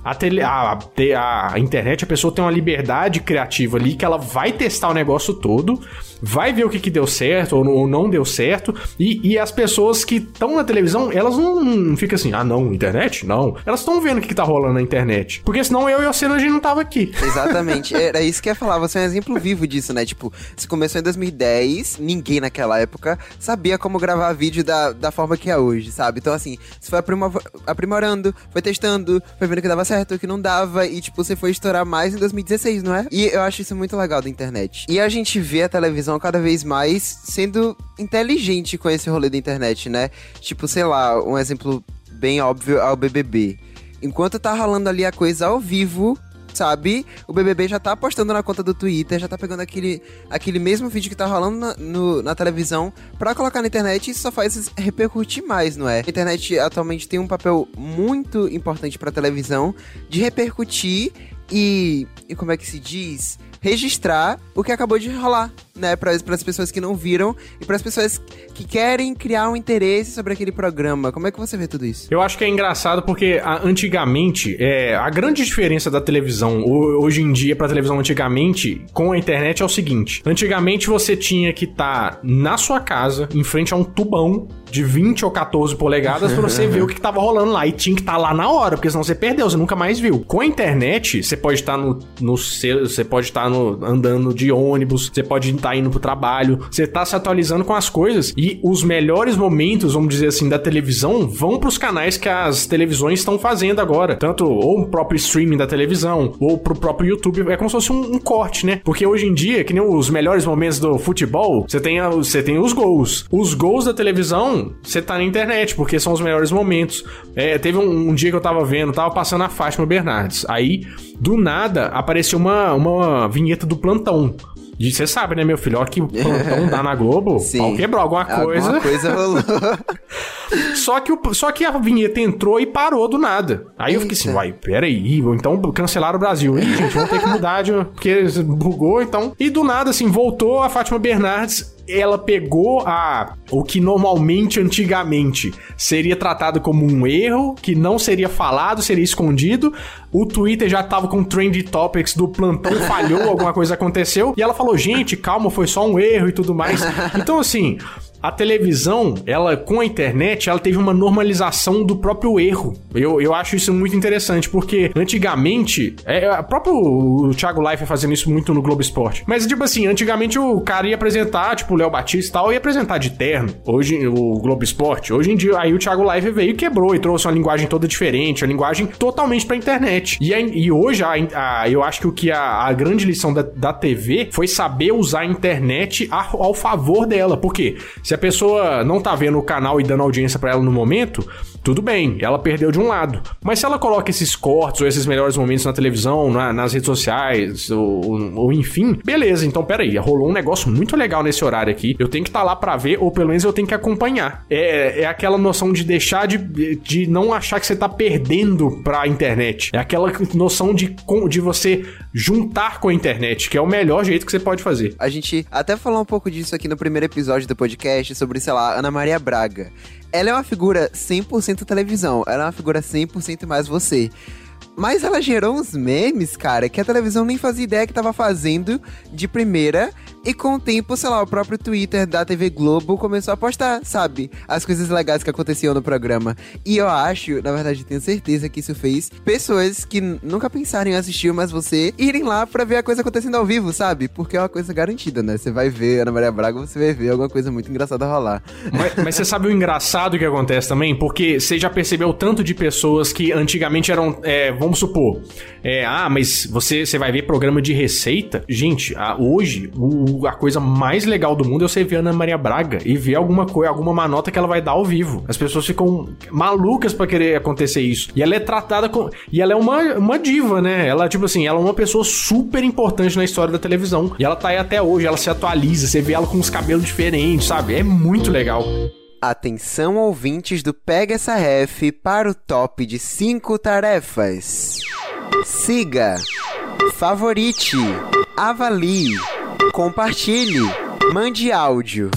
A internet, a pessoa tem uma liberdade criativa ali que ela vai testar o negócio todo, vai ver o que deu certo ou não deu certo, e as pessoas que estão na televisão, elas não ficam assim, não, internet? Não. Elas estão vendo o que tá rolando na internet. Porque senão eu e a Cena, a gente não tava aqui. Exatamente. Era isso que eu ia falar. Você é um exemplo vivo disso, né? Tipo, se começou em 2010, ninguém naquela época sabia como gravar vídeo da forma que é hoje, sabe? Então, assim, você foi aprimorando, foi testando, foi vendo que dava certo, que não dava, e, tipo, você foi estourar mais em 2016, não é? E eu acho isso muito legal da internet. E a gente vê a televisão cada vez mais sendo inteligente com esse rolê da internet, né? Tipo, sei lá, um exemplo bem óbvio é o BBB. Enquanto tá rolando ali a coisa ao vivo, sabe? O BBB já tá postando na conta do Twitter, já tá pegando aquele mesmo vídeo que tá rolando na televisão pra colocar na internet, e isso só faz repercutir mais, não é? A internet atualmente tem um papel muito importante pra televisão de repercutir e como é que se diz? Registrar o que acabou de rolar, né? Para as pessoas que não viram e para as pessoas que querem criar um interesse sobre aquele programa. Como é que você vê tudo isso? Eu acho que é engraçado porque antigamente, a grande diferença da televisão hoje em dia pra televisão antigamente com a internet é o seguinte. Antigamente você tinha que estar na sua casa, em frente a um tubão de 20 ou 14 polegadas pra você ver o que tava rolando lá. E tinha que estar lá na hora, porque senão você perdeu, você nunca mais viu. Com a internet, você pode estar você pode estar andando de ônibus, você pode estar indo pro trabalho, você tá se atualizando com as coisas, e os melhores momentos, vamos dizer assim, da televisão vão pros canais que as televisões estão fazendo agora. Tanto ou o próprio streaming da televisão, ou pro próprio YouTube. É como se fosse um corte, né? Porque hoje em dia, que nem os melhores momentos do futebol, você tem os gols. Os gols da televisão, você tá na internet, porque são os melhores momentos. Teve um dia que eu tava passando a Fátima Bernardes. Aí, do nada, apareceu uma vinheta do Plantão. E você sabe, né, meu filho? Olha que o Plantão dá na Globo, o pau quebrou alguma coisa. Alguma coisa rolou. Só que a vinheta entrou e parou do nada. Aí eu fiquei assim, peraí, então cancelaram o Brasil. Gente, vamos ter que mudar, porque bugou, então. E do nada, assim, voltou a Fátima Bernardes. ela pegou o que normalmente, antigamente, seria tratado como um erro, que não seria falado, seria escondido. O Twitter já tava com Trend Topics do plantão falhou, alguma coisa aconteceu. E ela falou, gente, calma, foi só um erro e tudo mais. Então, assim... A televisão, ela, com a internet, ela teve uma normalização do próprio erro. Eu acho isso muito interessante, porque antigamente, o Thiago Leifert fazendo isso muito no Globo Esporte, mas tipo assim, antigamente o cara ia apresentar, tipo o Léo Batista e tal, ia apresentar de terno, hoje o Globo Esporte. Hoje em dia, aí o Thiago Leifert veio e quebrou e trouxe uma linguagem toda diferente, uma linguagem totalmente pra internet. E hoje, eu acho que o que a grande lição da TV foi saber usar a internet ao favor dela, porque se a pessoa não tá vendo o canal e dando audiência pra ela no momento, tudo bem, ela perdeu de um lado. Mas se ela coloca esses cortes ou esses melhores momentos na televisão, nas redes sociais, ou enfim, beleza, então peraí, rolou um negócio muito legal nesse horário aqui, eu tenho que estar lá pra ver, ou pelo menos eu tenho que acompanhar. É aquela noção de deixar de não achar que você tá perdendo pra internet. É aquela noção de você juntar com a internet, que é o melhor jeito que você pode fazer. A gente até falou um pouco disso aqui no primeiro episódio do podcast, sobre, sei lá, Ana Maria Braga. Ela é uma figura 100% televisão, ela é uma figura 100% mais você. Mas ela gerou uns memes, cara, que a televisão nem fazia ideia que tava fazendo de primeira. E com o tempo, sei lá, o próprio Twitter da TV Globo começou a postar, sabe? As coisas legais que aconteciam no programa. E eu acho, na verdade, tenho certeza que isso fez pessoas que nunca pensaram em assistir Mas Você irem lá pra ver a coisa acontecendo ao vivo, sabe? Porque é uma coisa garantida, né? Você vai ver Ana Maria Braga, você vai ver alguma coisa muito engraçada rolar. Mas você sabe o engraçado que acontece também? Porque você já percebeu o tanto de pessoas que antigamente eram, vamos supor, mas você vai ver programa de receita? Gente, hoje, a coisa mais legal do mundo é você ver a Ana Maria Braga e ver alguma manota que ela vai dar ao vivo. As pessoas ficam malucas pra querer acontecer isso. E ela é tratada e ela é uma diva, né? Ela, tipo assim, ela é uma pessoa super importante na história da televisão. E ela tá aí até hoje, ela se atualiza, você vê ela com uns cabelos diferentes, sabe? É muito legal. Atenção, ouvintes do Pega Essa Ref, para o top de 5 tarefas. Siga, favorite, avalie, compartilhe, mande áudio.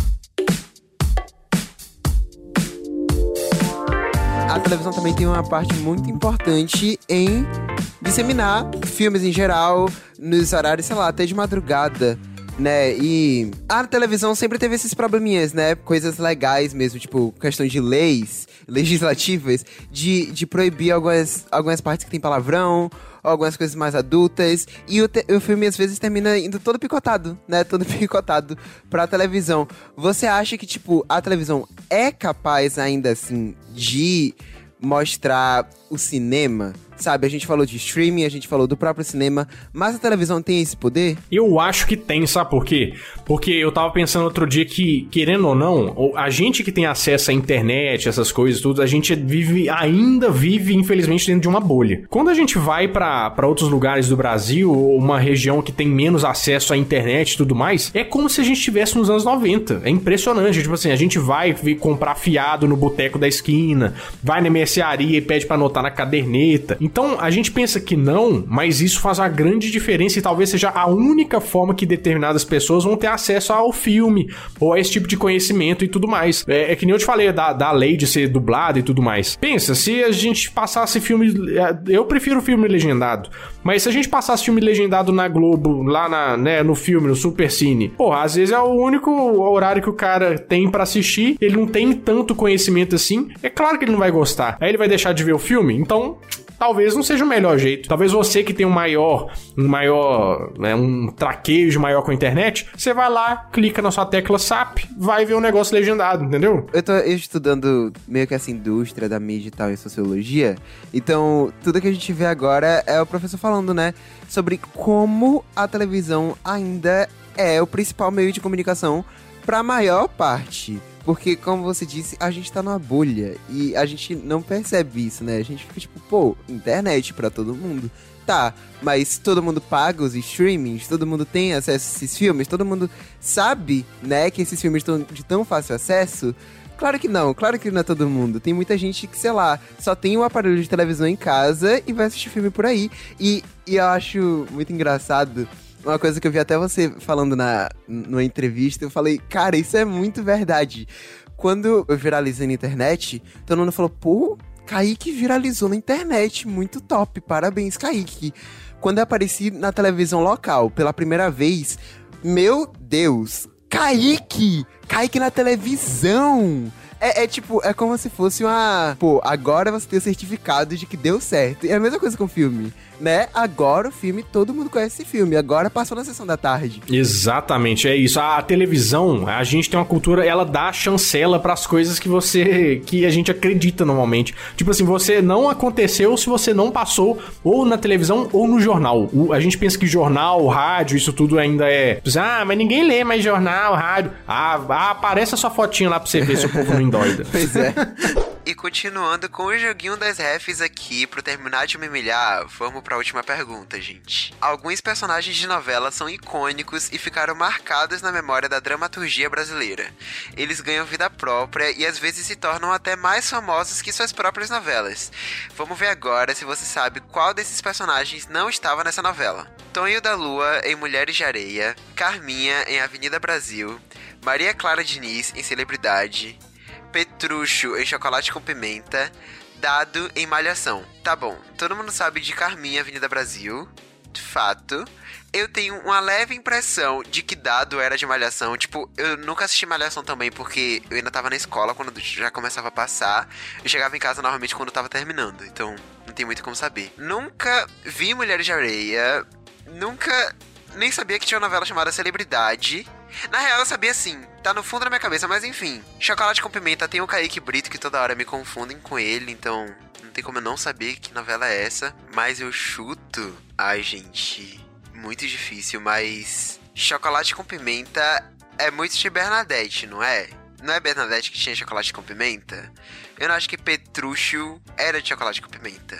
A televisão também tem uma parte muito importante em disseminar filmes em geral, nos horários, sei lá, até de madrugada, né? E a televisão sempre teve esses probleminhas, né? Coisas legais mesmo, tipo, questão de leis legislativas, de proibir algumas partes que tem palavrão, algumas coisas mais adultas, e o filme às vezes termina indo todo picotado, né? Todo picotado pra televisão. Você acha que, tipo, a televisão é capaz ainda assim de mostrar o cinema? Sabe, a gente falou de streaming, a gente falou do próprio cinema, mas a televisão tem esse poder? Eu acho que tem, sabe por quê? Porque eu tava pensando outro dia que, querendo ou não, a gente que tem acesso à internet, essas coisas, tudo, a gente ainda vive, infelizmente, dentro de uma bolha. Quando a gente vai pra outros lugares do Brasil, ou uma região que tem menos acesso à internet e tudo mais, é como se a gente estivesse nos anos 90. É impressionante, tipo assim, a gente vai comprar fiado no boteco da esquina, vai na mercearia e pede pra anotar na caderneta. Então, a gente pensa que não, mas isso faz uma grande diferença e talvez seja a única forma que determinadas pessoas vão ter acesso ao filme ou a esse tipo de conhecimento e tudo mais. É que nem eu te falei da lei de ser dublado e tudo mais. Pensa, se a gente passasse filme... Eu prefiro filme legendado, mas se a gente passasse filme legendado na Globo, lá no filme, no Supercine, porra, às vezes é o único horário que o cara tem pra assistir, ele não tem tanto conhecimento assim, é claro que ele não vai gostar. Aí ele vai deixar de ver o filme? Então... talvez não seja o melhor jeito. Talvez você que tem um traquejo maior com a internet, você vai lá, clica na sua tecla SAP, vai ver um negócio legendado, entendeu? Eu tô estudando meio que essa indústria da mídia e tal em sociologia, então tudo que a gente vê agora é o professor falando, né, sobre como a televisão ainda é o principal meio de comunicação pra maior parte. Porque, como você disse, a gente tá numa bolha e a gente não percebe isso, né? A gente fica tipo, pô, internet pra todo mundo. Tá, mas todo mundo paga os streamings, todo mundo tem acesso a esses filmes, todo mundo sabe, né, que esses filmes estão de tão fácil acesso. Claro que não é todo mundo. Tem muita gente que, sei lá, só tem um aparelho de televisão em casa e vai assistir filme por aí. E eu acho muito engraçado Uma coisa que eu vi até você falando numa entrevista, eu falei, cara, isso é muito verdade. Quando eu viralizei na internet, todo mundo falou, pô, Kaique viralizou na internet, muito top, parabéns, Kaique. Quando eu apareci na televisão local pela primeira vez, meu Deus, Kaique na televisão. Tipo, é como se fosse uma... Pô, agora você tem o certificado de que deu certo. E é a mesma coisa com o filme, né? Agora o filme, todo mundo conhece esse filme. Agora passou na sessão da tarde. Exatamente, é isso. A televisão, a gente tem uma cultura, ela dá chancela pras coisas que a gente acredita normalmente. Tipo assim, você não aconteceu se você não passou ou na televisão ou no jornal. A gente pensa que jornal, rádio, isso tudo ainda é... mas ninguém lê mais jornal, rádio. Aparece a sua fotinha lá pra você ver se o povo não endoida. Pois é. E continuando com o joguinho das refs aqui, pro terminar de me humilhar, vamos pra última pergunta, gente. Alguns personagens de novela são icônicos e ficaram marcados na memória da dramaturgia brasileira. Eles ganham vida própria e às vezes se tornam até mais famosos que suas próprias novelas. Vamos ver agora se você sabe qual desses personagens não estava nessa novela. Tonho da Lua em Mulheres de Areia, Carminha em Avenida Brasil, Maria Clara Diniz em Celebridade, Petrucho em Chocolate com Pimenta, Dado em Malhação. Tá bom, todo mundo sabe de Carminha, Avenida Brasil, de fato. Eu tenho uma leve impressão de que Dado era de Malhação. Tipo, eu nunca assisti Malhação também, porque eu ainda tava na escola quando já começava a passar. Eu chegava em casa normalmente quando tava terminando, então não tem muito como saber. Nunca vi Mulheres de Areia, nunca... nem sabia que tinha uma novela chamada Celebridade. Na real, eu sabia sim, tá no fundo da minha cabeça, mas enfim. Chocolate com Pimenta tem o Kaique Brito, que toda hora me confundem com ele, então não tem como eu não saber que novela é essa. Mas eu chuto... Ai, gente, muito difícil, mas... Chocolate com Pimenta é muito de Bernadette, não é? Não é Bernadette que tinha Chocolate com Pimenta? Eu não acho que Petrucho era de Chocolate com Pimenta.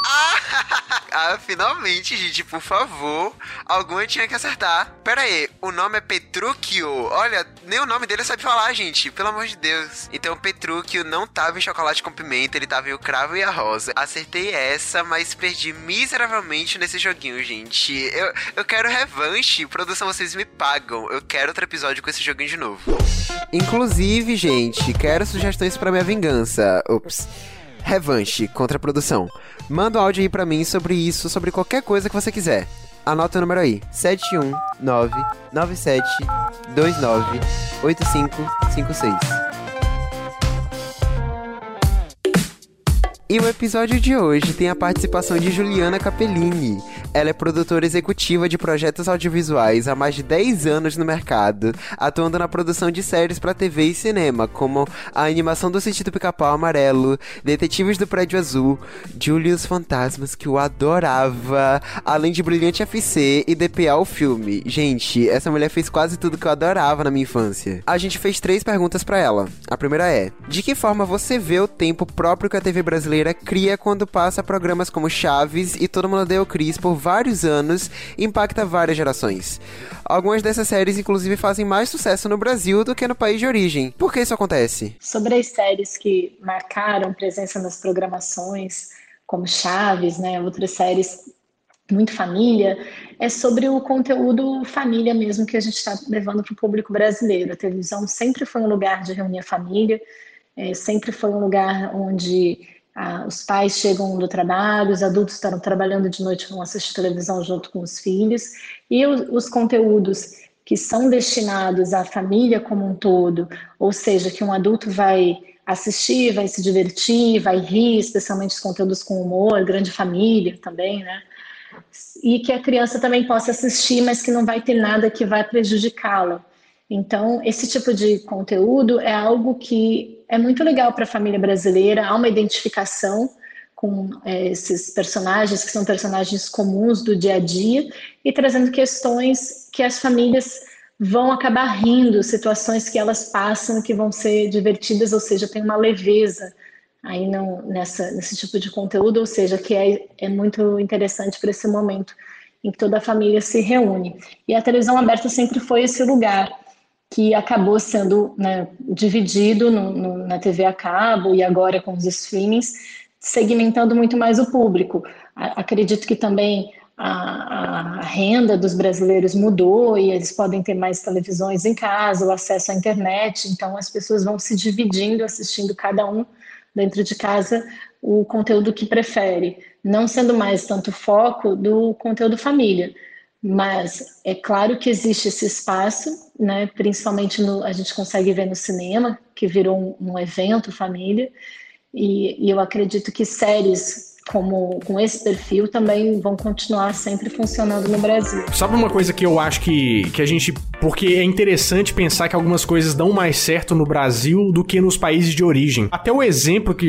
Finalmente, gente, por favor. Alguém tinha que acertar. Pera aí, o nome é Petrúquio? Olha, nem o nome dele sabe falar, gente. Pelo amor de Deus. Então, Petrúquio não tava em Chocolate com Pimenta, ele tava em O Cravo e a Rosa. Acertei essa, mas perdi miseravelmente nesse joguinho, gente. Eu quero revanche. Produção, vocês me pagam. Eu quero outro episódio com esse joguinho de novo. Inclusive, gente, quero sugestões pra minha vingança. Ops. Revanche contra a produção. Manda um áudio aí pra mim sobre isso, sobre qualquer coisa que você quiser. Anota o número aí: 71997298556. E o episódio de hoje tem a participação de Juliana Capellini. Ela é produtora executiva de projetos audiovisuais há mais de 10 anos no mercado, atuando na produção de séries para TV e cinema, como a animação do Sítio do Pica-Pau Amarelo, Detetives do Prédio Azul, Julie e os Fantasmas, que eu adorava, além de Brilhante FC e DPA o filme. Gente, essa mulher fez quase tudo que eu adorava na minha infância. A gente fez 3 perguntas para ela. A primeira é: de que forma você vê o tempo próprio que a TV brasileira cria quando passa programas como Chaves e Todo Mundo Odeia o Chris por vários anos e impacta várias gerações? Algumas dessas séries, inclusive, fazem mais sucesso no Brasil do que no país de origem. Por que isso acontece? Sobre as séries que marcaram presença nas programações, como Chaves, né, outras séries muito família, é sobre o conteúdo família mesmo que a gente está levando para o público brasileiro. A televisão sempre foi um lugar de reunir a família, sempre foi um lugar onde os pais chegam do trabalho, os adultos estão trabalhando de noite, vão assistir televisão junto com os filhos, e os conteúdos que são destinados à família como um todo, ou seja, que um adulto vai assistir, vai se divertir, vai rir, especialmente os conteúdos com humor, Grande Família também, né? E que a criança também possa assistir, mas que não vai ter nada que vai prejudicá-la. Então, esse tipo de conteúdo é algo que é muito legal para a família brasileira, há uma identificação com esses personagens, que são personagens comuns do dia a dia, e trazendo questões que as famílias vão acabar rindo, situações que elas passam que vão ser divertidas, ou seja, tem uma leveza aí nesse tipo de conteúdo, ou seja, que é muito interessante para esse momento em que toda a família se reúne. E a televisão aberta sempre foi esse lugar que acabou sendo, né, dividido na TV a cabo e agora com os streamings, segmentando muito mais o público. Acredito que também a renda dos brasileiros mudou e eles podem ter mais televisões em casa, o acesso à internet, então as pessoas vão se dividindo, assistindo cada um dentro de casa o conteúdo que prefere, não sendo mais tanto foco do conteúdo família. Mas é claro que existe esse espaço, né? Principalmente a gente consegue ver no cinema, que virou um evento família, e eu acredito que séries com esse perfil também vão continuar sempre funcionando no Brasil. Sabe uma coisa que eu acho que a gente... Porque é interessante pensar que algumas coisas dão mais certo no Brasil do que nos países de origem. Até o exemplo que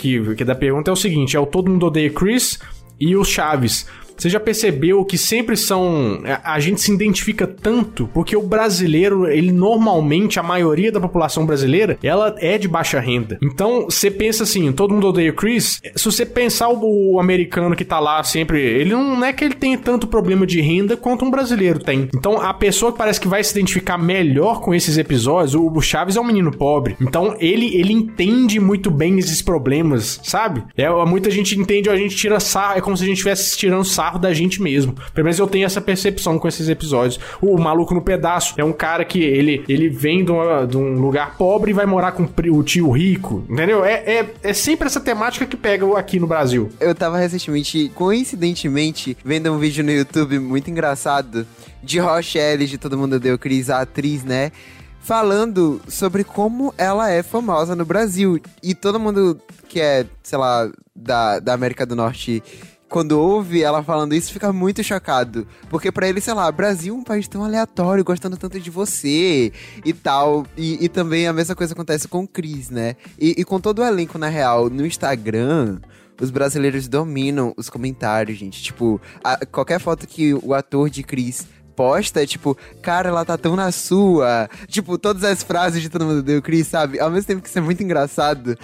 da pergunta é o seguinte, é o Todo Mundo Odeia Chris e os Chaves. Você já percebeu que sempre são... A gente se identifica tanto porque o brasileiro, ele normalmente, a maioria da população brasileira, ela é de baixa renda. Então, você pensa assim, Todo Mundo Odeia Chris, se você pensar o americano que tá lá sempre, ele não é que ele tenha tanto problema de renda quanto um brasileiro tem. Então, a pessoa que parece que vai se identificar melhor com esses episódios, o Chaves é um menino pobre. Então, ele entende muito bem esses problemas, sabe? Muita gente entende, a gente tira sarro, é como se a gente estivesse tirando sarro da gente mesmo. Pelo menos eu tenho essa percepção com esses episódios. O Maluco no Pedaço é um cara que ele vem de um lugar pobre e vai morar com o tio rico, entendeu? É sempre essa temática que pega aqui no Brasil. Eu tava recentemente, coincidentemente, vendo um vídeo no YouTube muito engraçado de Rochelle, de Todo Mundo Odeia Chris, a atriz, né? Falando sobre como ela é famosa no Brasil. E todo mundo que é, sei lá, da América do Norte, quando ouve ela falando isso, fica muito chocado. Porque pra ele, sei lá, Brasil é um país tão aleatório, gostando tanto de você e tal. E também a mesma coisa acontece com o Chris, né? E com todo o elenco, na real, no Instagram, os brasileiros dominam os comentários, gente. Tipo, qualquer foto que o ator de Chris posta, tipo, cara, ela tá tão na sua. Tipo, todas as frases de Todo Mundo Odeia Chris, sabe? Ao mesmo tempo que isso é muito engraçado,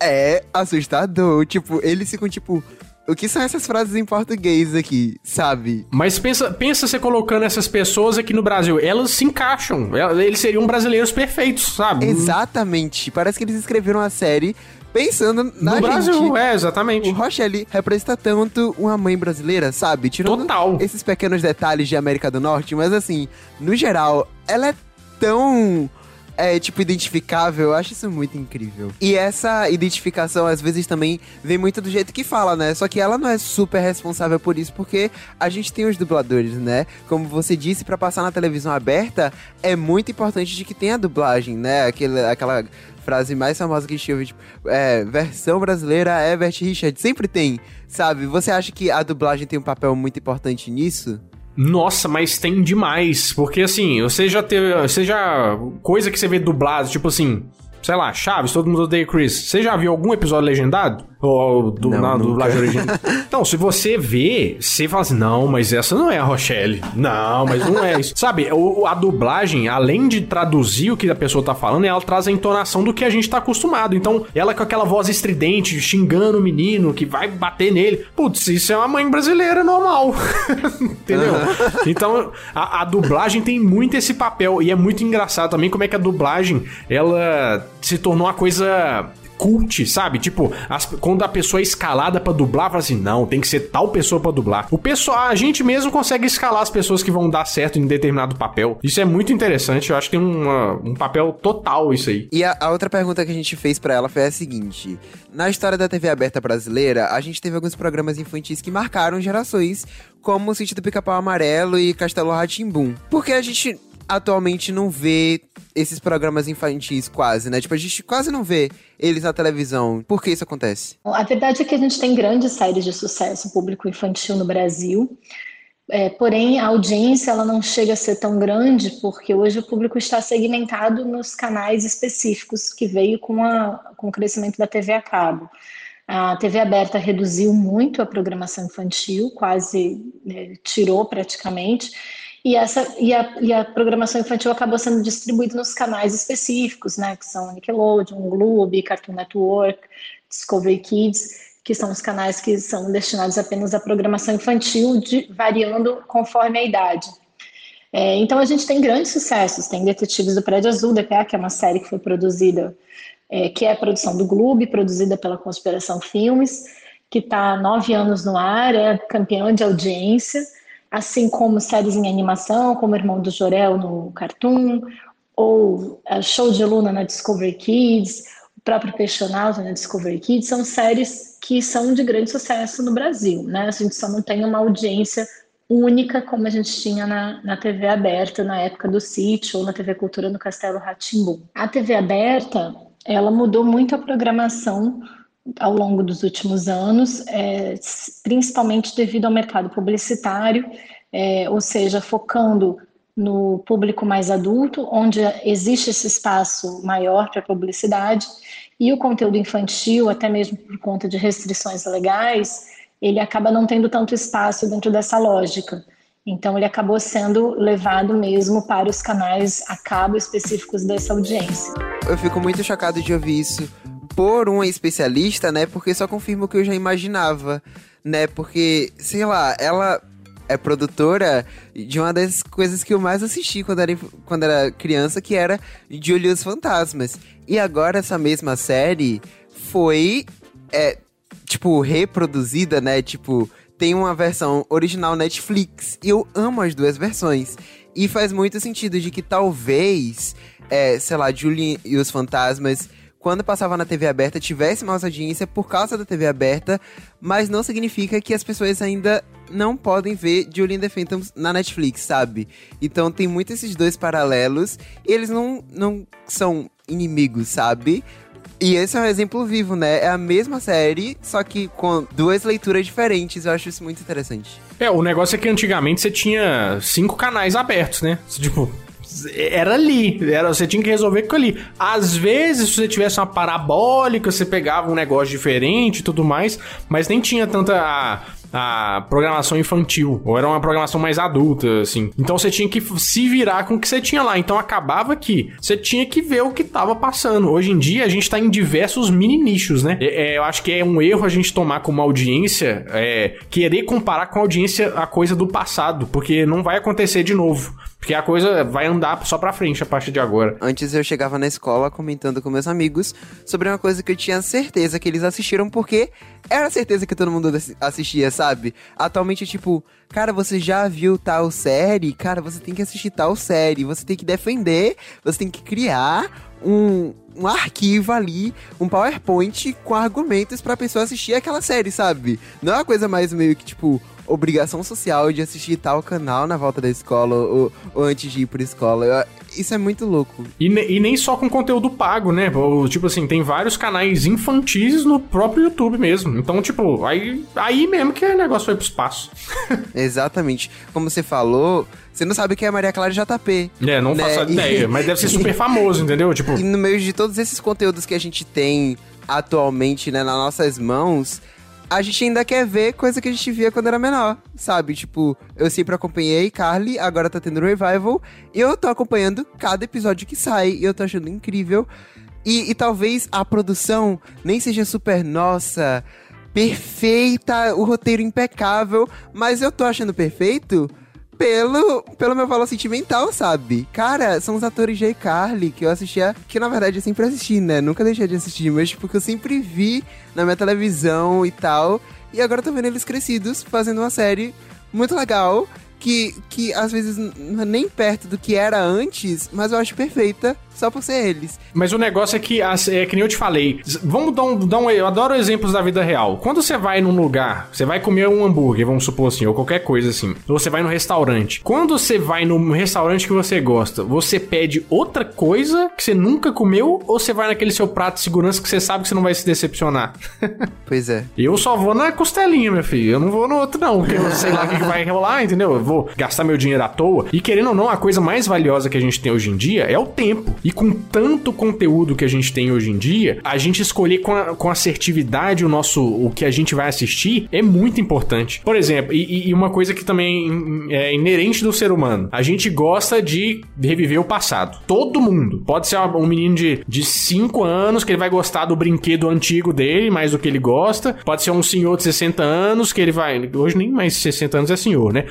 é assustador. Tipo, eles ficam, tipo... O que são essas frases em português aqui, sabe? Mas pensa você colocando essas pessoas aqui no Brasil. Elas se encaixam. Eles seriam brasileiros perfeitos, sabe? Exatamente. Parece que eles escreveram a série pensando na gente. No Brasil, exatamente. O Rochelle representa tanto uma mãe brasileira, sabe? Tirando Total. Esses pequenos detalhes de América do Norte. Mas assim, no geral, ela é tão... identificável, eu acho isso muito incrível. E essa identificação, às vezes, também vem muito do jeito que fala, né? Só que ela não é super responsável por isso, porque a gente tem os dubladores, né? Como você disse, pra passar na televisão aberta, é muito importante de que tenha dublagem, né? Aquela frase mais famosa que a gente ouve, tipo, versão brasileira, Herbert Richards, sempre tem, sabe? Você acha que a dublagem tem um papel muito importante nisso? Nossa, mas tem demais. Porque assim, você já coisa que você vê dublado, tipo assim, sei lá, Chaves, Todo Mundo Odeia Chris. Você já viu algum episódio legendado? Ou na dublagem original? Então, se você vê, você fala assim, não, mas essa não é a Rochelle. Não, mas não é isso. Sabe, a dublagem, além de traduzir o que a pessoa tá falando, ela traz a entonação do que a gente tá acostumado. Então, ela com aquela voz estridente, xingando o menino, que vai bater nele. Putz, isso é uma mãe brasileira normal. Entendeu? Então, a dublagem tem muito esse papel. E é muito engraçado também como é que a dublagem, ela se tornou uma coisa... cult, sabe? Tipo, quando a pessoa é escalada pra dublar, fala assim, não, tem que ser tal pessoa pra dublar. A gente mesmo consegue escalar as pessoas que vão dar certo em determinado papel. Isso é muito interessante, eu acho que tem um papel total isso aí. E a outra pergunta que a gente fez pra ela foi a seguinte: na história da TV aberta brasileira, a gente teve alguns programas infantis que marcaram gerações, como o Sítio do Pica-Pau Amarelo e Castelo Rá-Tim-Bum. Porque a gente atualmente não vê esses programas infantis quase, né? Tipo, a gente quase não vê eles na televisão. Por que isso acontece? A verdade é que a gente tem grandes séries de sucesso público infantil no Brasil, porém a audiência ela não chega a ser tão grande porque hoje o público está segmentado nos canais específicos que veio com o crescimento da TV a cabo. A TV aberta reduziu muito a programação infantil, quase tirou praticamente, e a programação infantil acabou sendo distribuída nos canais específicos, né, que são Nickelodeon, Gloob, Cartoon Network, Discovery Kids, que são os canais que são destinados apenas à programação infantil, variando conforme a idade. Então a gente tem grandes sucessos, tem Detetives do Prédio Azul, DPA, que é uma série que foi produzida, que é a produção do Gloob, produzida pela Conspiração Filmes, que está há 9 anos no ar, é campeã de audiência, assim como séries em animação, como Irmão do Jorel no Cartoon, ou Show de Luna na Discovery Kids, o próprio Peixonauta na Discovery Kids, são séries que são de grande sucesso no Brasil, né? A gente só não tem uma audiência única como a gente tinha na TV aberta na época do Sítio ou na TV Cultura no Castelo Rá-Tim-Bum. A TV aberta, ela mudou muito a programação ao longo dos últimos anos, principalmente devido ao mercado publicitário, ou seja, focando no público mais adulto, onde existe esse espaço maior para publicidade, e o conteúdo infantil, até mesmo por conta de restrições legais, ele acaba não tendo tanto espaço dentro dessa lógica. Então, ele acabou sendo levado mesmo para os canais a cabo específicos dessa audiência. Eu fico muito chocado de ouvir isso por uma especialista, né? Porque só confirma o que eu já imaginava, né? Porque, sei lá, ela é produtora de uma das coisas que eu mais assisti quando era criança, que era Julie e os Fantasmas. E agora essa mesma série foi, reproduzida, né? Tipo, tem uma versão original Netflix. E eu amo as duas versões. E faz muito sentido de que talvez, Julie e os Fantasmas, quando passava na TV aberta, tivesse mais audiência por causa da TV aberta, mas não significa que as pessoas ainda não podem ver Julie and the Phantoms na Netflix, sabe? Então tem muito esses dois paralelos, e eles não são inimigos, sabe? E esse é um exemplo vivo, né? É a mesma série, só que com duas leituras diferentes. Eu acho isso muito interessante. O negócio é que antigamente você tinha 5 canais abertos, né? Tipo, era ali, você tinha que resolver com ali. Às vezes, se você tivesse uma parabólica, você pegava um negócio diferente e tudo mais, mas nem tinha tanta a programação infantil, ou era uma programação mais adulta, assim. Então você tinha que se virar com o que você tinha lá. Então acabava que você tinha que ver o que tava passando. Hoje em dia a gente tá em diversos mini nichos, né? Eu acho que é um erro a gente tomar como audiência, querer comparar com a audiência a coisa do passado, porque não vai acontecer de novo. Porque a coisa vai andar só pra frente a partir de agora. Antes eu chegava na escola comentando com meus amigos sobre uma coisa que eu tinha certeza que eles assistiram, porque era certeza que todo mundo assistia, sabe? Atualmente, tipo, cara, você já viu tal série? Cara, você tem que assistir tal série. Você tem que defender, você tem que criar um arquivo ali, um PowerPoint com argumentos pra pessoa assistir aquela série, sabe? Não é uma coisa mais meio que, tipo, obrigação social de assistir tal canal na volta da escola ou antes de ir pra escola. Isso é muito louco. E nem só com conteúdo pago, né? Tipo assim, tem vários canais infantis no próprio YouTube mesmo. Então, tipo, aí mesmo que o negócio foi pro espaço. Exatamente. Como você falou, você não sabe quem é Maria Clara JP. Não faço ideia, mas deve ser super famoso, entendeu? Tipo... E no meio de todos esses conteúdos que a gente tem atualmente, né, nas nossas mãos, a gente ainda quer ver coisa que a gente via quando era menor, sabe? Tipo, eu sempre acompanhei Carly, agora tá tendo revival, e eu tô acompanhando cada episódio que sai, e eu tô achando incrível. E talvez a produção nem seja super, nossa, perfeita, o roteiro impecável, mas eu tô achando perfeito pelo meu valor sentimental, sabe? Cara, são os atores de iCarly que eu assistia, que na verdade eu sempre assisti, né? Nunca deixei de assistir, mas tipo, que eu sempre vi na minha televisão e tal. E agora eu tô vendo eles crescidos, fazendo uma série muito legal, que às vezes não é nem perto do que era antes, mas eu acho perfeita só por ser eles. Mas o negócio é que nem eu te falei, vamos eu adoro exemplos da vida real. Quando você vai num lugar, você vai comer um hambúrguer, vamos supor assim, ou qualquer coisa assim, ou você vai no restaurante. Quando você vai no restaurante que você gosta, você pede outra coisa que você nunca comeu, ou você vai naquele seu prato de segurança que você sabe que você não vai se decepcionar? Pois é. Eu só vou na costelinha, meu filho. Eu não vou no outro não, porque eu sei lá o que vai rolar, entendeu? Eu vou gastar meu dinheiro à toa. E querendo ou não, a coisa mais valiosa que a gente tem hoje em dia é o tempo. E com tanto conteúdo que a gente tem hoje em dia, a gente escolher com assertividade o que a gente vai assistir é muito importante. Por exemplo, e uma coisa que também é inerente do ser humano, a gente gosta de reviver o passado. Todo mundo. Pode ser um menino de 5 anos que ele vai gostar do brinquedo antigo dele, mais do que ele gosta. Pode ser um senhor de 60 anos que ele vai... Hoje nem mais 60 anos é senhor, né? Um senhor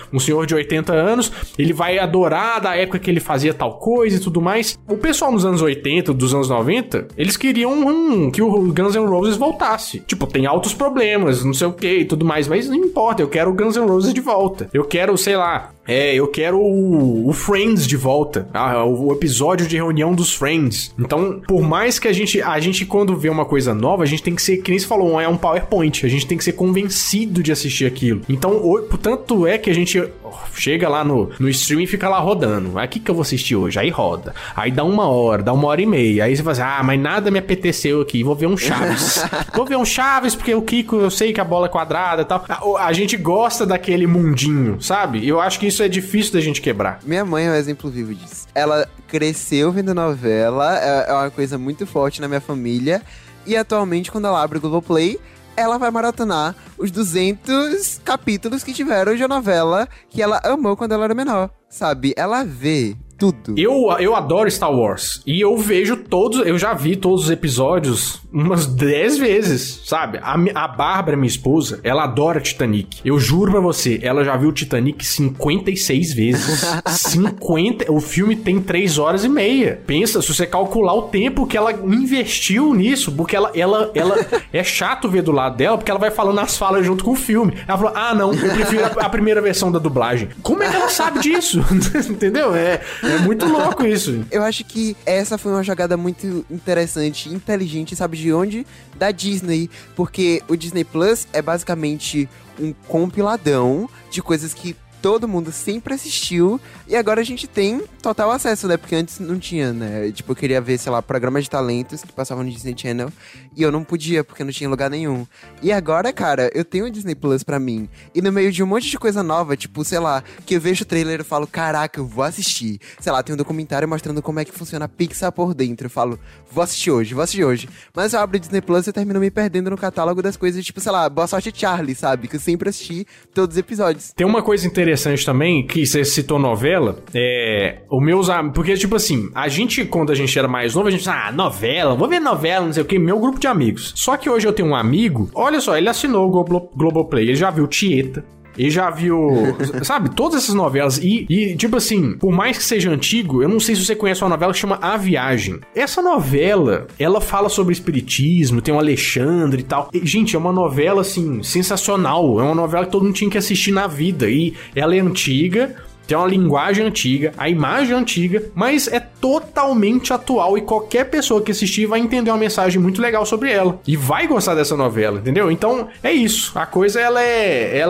de 80 anos, ele vai adorar da época que ele fazia tal coisa e tudo mais. O pessoal nos anos 80, dos anos 90, eles queriam que o Guns N' Roses voltasse. Tipo, tem altos problemas, não sei o que e tudo mais, mas não importa, eu quero o Guns N' Roses de volta. Eu quero, sei lá, eu quero o Friends de volta, o episódio de reunião dos Friends. Então, por mais que a gente quando vê uma coisa nova, a gente tem que ser, que nem você falou, é um PowerPoint, a gente tem que ser convencido de assistir aquilo. Então, portanto é que a gente chega lá no stream e fica lá rodando. Aí, o que eu vou assistir hoje? Aí roda. Aí dá 1 hora, dá 1h30. Aí você fala assim, mas nada me apeteceu aqui, vou ver um Chaves. Vou ver um Chaves porque o Kiko, eu sei que a bola é quadrada e tal. A gente gosta daquele mundinho, sabe? Eu acho que isso é difícil da gente quebrar. Minha mãe é um exemplo vivo disso. Ela cresceu vendo novela, é uma coisa muito forte na minha família. E atualmente, quando ela abre o Globoplay, ela vai maratonar os 200 capítulos que tiveram de uma novela que ela amou quando ela era menor, sabe? Ela vê tudo. Eu adoro Star Wars. E eu vejo todos, eu já vi todos os episódios umas 10 vezes, sabe? A Bárbara, minha esposa, ela adora Titanic. Eu juro pra você, ela já viu Titanic 56 vezes. 50, o filme tem 3 horas e meia. Pensa, se você calcular o tempo que ela investiu nisso, porque ela é chato ver do lado dela, porque ela vai falando as falas junto com o filme. Ela falou, não, eu prefiro a primeira versão da dublagem. Como é que ela sabe disso? Entendeu? É muito louco isso. Eu acho que essa foi uma jogada muito interessante, inteligente, sabe de onde? Da Disney. Porque o Disney Plus é basicamente um compiladão de coisas que todo mundo sempre assistiu e agora a gente tem total acesso, né? Porque antes não tinha, né? Tipo, eu queria ver, sei lá, programas de talentos que passavam no Disney Channel e eu não podia, porque não tinha lugar nenhum. E agora, cara, eu tenho o Disney Plus pra mim. E no meio de um monte de coisa nova, tipo, sei lá, que eu vejo o trailer e falo, caraca, eu vou assistir. Sei lá, tem um documentário mostrando como é que funciona a Pixar por dentro. Eu falo, vou assistir hoje. Mas eu abro o Disney Plus e eu termino me perdendo no catálogo das coisas, tipo, sei lá, Boa Sorte Charlie, sabe? Que eu sempre assisti todos os episódios. Tem uma coisa interessante também, que você citou novela, porque, tipo assim, a gente, quando a gente era mais novo, a gente pensava, novela, vou ver novela, não sei o que, meu grupo de amigos. Só que hoje eu tenho um amigo, olha só, ele assinou o Globoplay, ele já viu Tieta, ele já viu, sabe, todas essas novelas e, tipo assim, por mais que seja antigo, eu não sei se você conhece uma novela que chama A Viagem. Essa novela, ela fala sobre espiritismo, tem o Alexandre e tal. E, gente, é uma novela, assim, sensacional. É uma novela que todo mundo tinha que assistir na vida. E ela é antiga, tem uma linguagem antiga, a imagem é antiga, mas é totalmente atual e qualquer pessoa que assistir vai entender uma mensagem muito legal sobre ela e vai gostar dessa novela, entendeu? Então, é isso. A coisa, ela é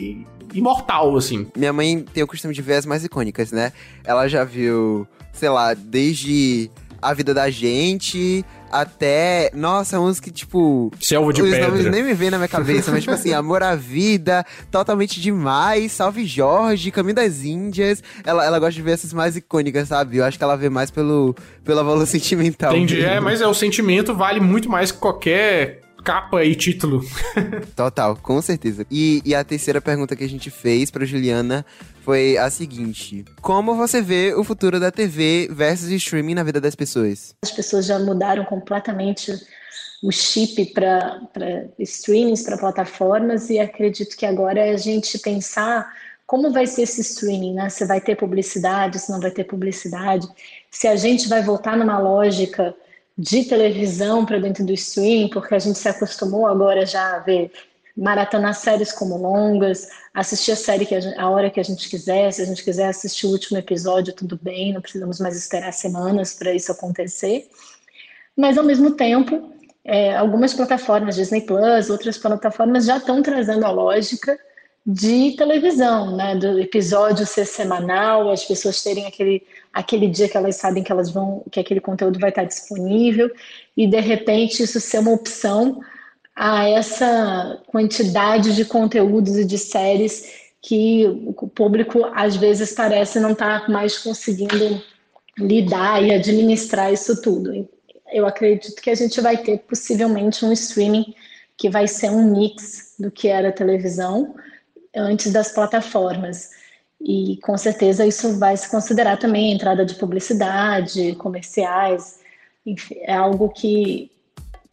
imortal, assim. Minha mãe tem o costume de ver as mais icônicas, né? Ela já viu, sei lá, desde A Vida da Gente até... Nossa, uns que, tipo... Selva de Pedra. Pedra. Os nomes nem me vêm na minha cabeça, mas, tipo assim, Amor à Vida, Totalmente Demais, Salve Jorge, Caminho das Índias. Ela gosta de ver essas mais icônicas, sabe? Eu acho que ela vê mais pelo valor sentimental. Entendi, mas o sentimento vale muito mais que qualquer capa e título. Total, com certeza. E a terceira pergunta que a gente fez pra Juliana foi a seguinte: como você vê o futuro da TV versus streaming na vida das pessoas? As pessoas já mudaram completamente o chip para streamings, para plataformas, e acredito que agora é a gente pensar como vai ser esse streaming, né? Se vai ter publicidade, se não vai ter publicidade, se a gente vai voltar numa lógica de televisão para dentro do streaming, porque a gente se acostumou agora já a ver maratonar séries como longas, assistir a série a hora que a gente quiser, se a gente quiser assistir o último episódio, tudo bem, não precisamos mais esperar semanas para isso acontecer. Mas, ao mesmo tempo, algumas plataformas, Disney Plus, outras plataformas já estão trazendo a lógica de televisão, né? Do episódio ser semanal, as pessoas terem aquele dia que elas sabem que aquele conteúdo vai estar disponível e, de repente, isso ser uma opção a essa quantidade de conteúdos e de séries que o público, às vezes, parece não estar mais conseguindo lidar e administrar isso tudo. Eu acredito que a gente vai ter, possivelmente, um streaming que vai ser um mix do que era a televisão antes das plataformas. E, com certeza, isso vai se considerar também entrada de publicidade, comerciais. Enfim, é algo que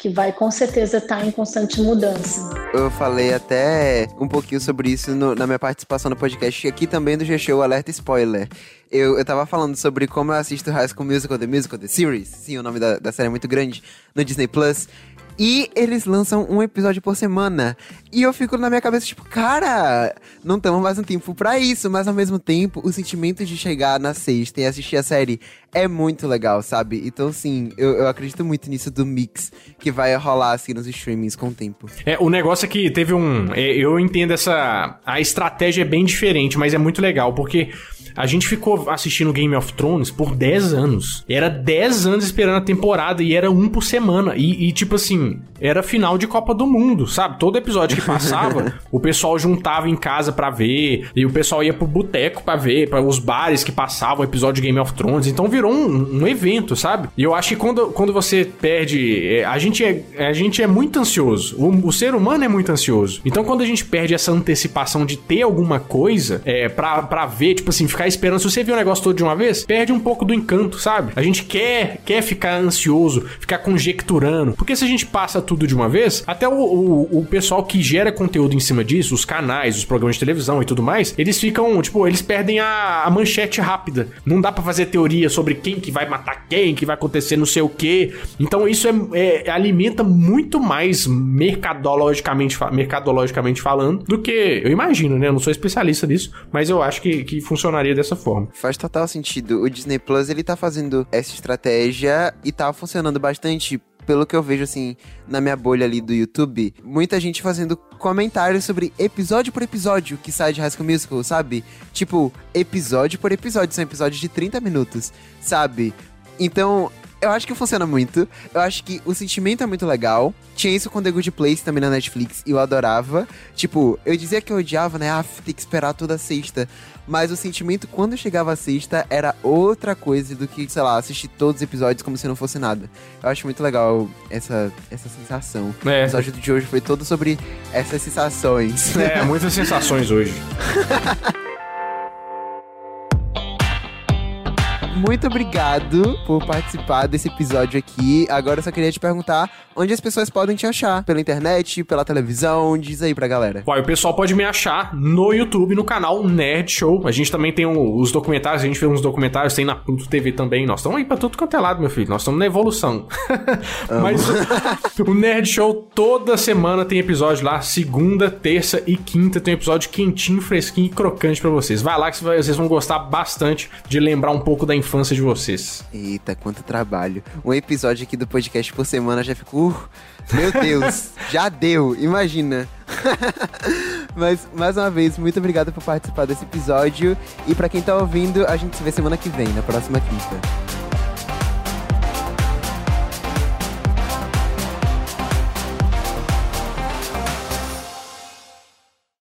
que vai com certeza estar em constante mudança. Eu falei até um pouquinho sobre isso na minha participação no podcast aqui também do G-Show Alerta Spoiler. Eu tava falando sobre como eu assisto High School Musical, The Series, sim, o nome da série é muito grande, no Disney Plus. E eles lançam um episódio por semana. E eu fico na minha cabeça, tipo, cara, não temos mais um tempo pra isso. Mas ao mesmo tempo, o sentimento de chegar na sexta e assistir a série é muito legal, sabe? Então, sim, eu acredito muito nisso do mix que vai rolar, assim, nos streamings com o tempo. O negócio é que teve eu entendo a estratégia é bem diferente, mas é muito legal, porque a gente ficou assistindo Game of Thrones por 10 anos. Era 10 anos esperando a temporada e era um por semana. E tipo assim, era final de Copa do Mundo, sabe? Todo episódio que passava, o pessoal juntava em casa pra ver, e o pessoal ia pro boteco pra ver, para os bares que passavam o episódio de Game of Thrones. Então virou um evento, sabe? E eu acho que quando você perde... A gente é muito ansioso. O ser humano é muito ansioso. Então quando a gente perde essa antecipação de ter alguma coisa pra ver, tipo assim, ficar esperando. Se você viu o negócio todo de uma vez, perde um pouco do encanto, sabe? A gente quer ficar ansioso, ficar conjecturando. Porque se a gente passa tudo de uma vez, até o pessoal que gera conteúdo em cima disso, os canais, os programas de televisão e tudo mais, eles ficam, tipo, eles perdem a manchete rápida. Não dá pra fazer teoria sobre quem que vai matar quem, que vai acontecer não sei o quê. Então isso alimenta muito mais mercadologicamente falando do que, eu imagino, né? Eu não sou especialista nisso, mas eu acho que funcionaria dessa forma. Faz total sentido. O Disney Plus, ele tá fazendo essa estratégia e tá funcionando bastante. Pelo que eu vejo, assim, na minha bolha ali do YouTube, muita gente fazendo comentários sobre episódio por episódio que sai de High School Musical, sabe? Tipo, episódio por episódio, são episódios de 30 minutos, sabe? Então, eu acho que funciona muito. Eu acho que o sentimento é muito legal. Tinha isso com The Good Place também na Netflix e eu adorava. Tipo, eu dizia que eu odiava, né? Tem que esperar toda sexta. Mas o sentimento quando chegava a sexta era outra coisa do que, sei lá, assistir todos os episódios como se não fosse nada. Eu acho muito legal essa sensação. O episódio de hoje foi todo sobre essas sensações. Muitas sensações hoje. Muito obrigado por participar desse episódio aqui. Agora eu só queria te perguntar onde as pessoas podem te achar. Pela internet, pela televisão, diz aí pra galera. O pessoal pode me achar no YouTube, no canal Nerd Show. A gente também tem os documentários, a gente fez uns documentários, tem na Pluto TV também. Nós estamos aí pra tudo quanto é lado, meu filho. Nós estamos na evolução. Mas o Nerd Show toda semana tem episódio lá, segunda, terça e quinta. Tem um episódio quentinho, fresquinho e crocante pra vocês. Vai lá que vocês vão gostar bastante de lembrar um pouco da infância de vocês. Eita, quanto trabalho. Um episódio aqui do podcast por semana já ficou... meu Deus, já deu, imagina. Mas, mais uma vez, muito obrigado por participar desse episódio. E pra quem tá ouvindo, a gente se vê semana que vem, na próxima quinta.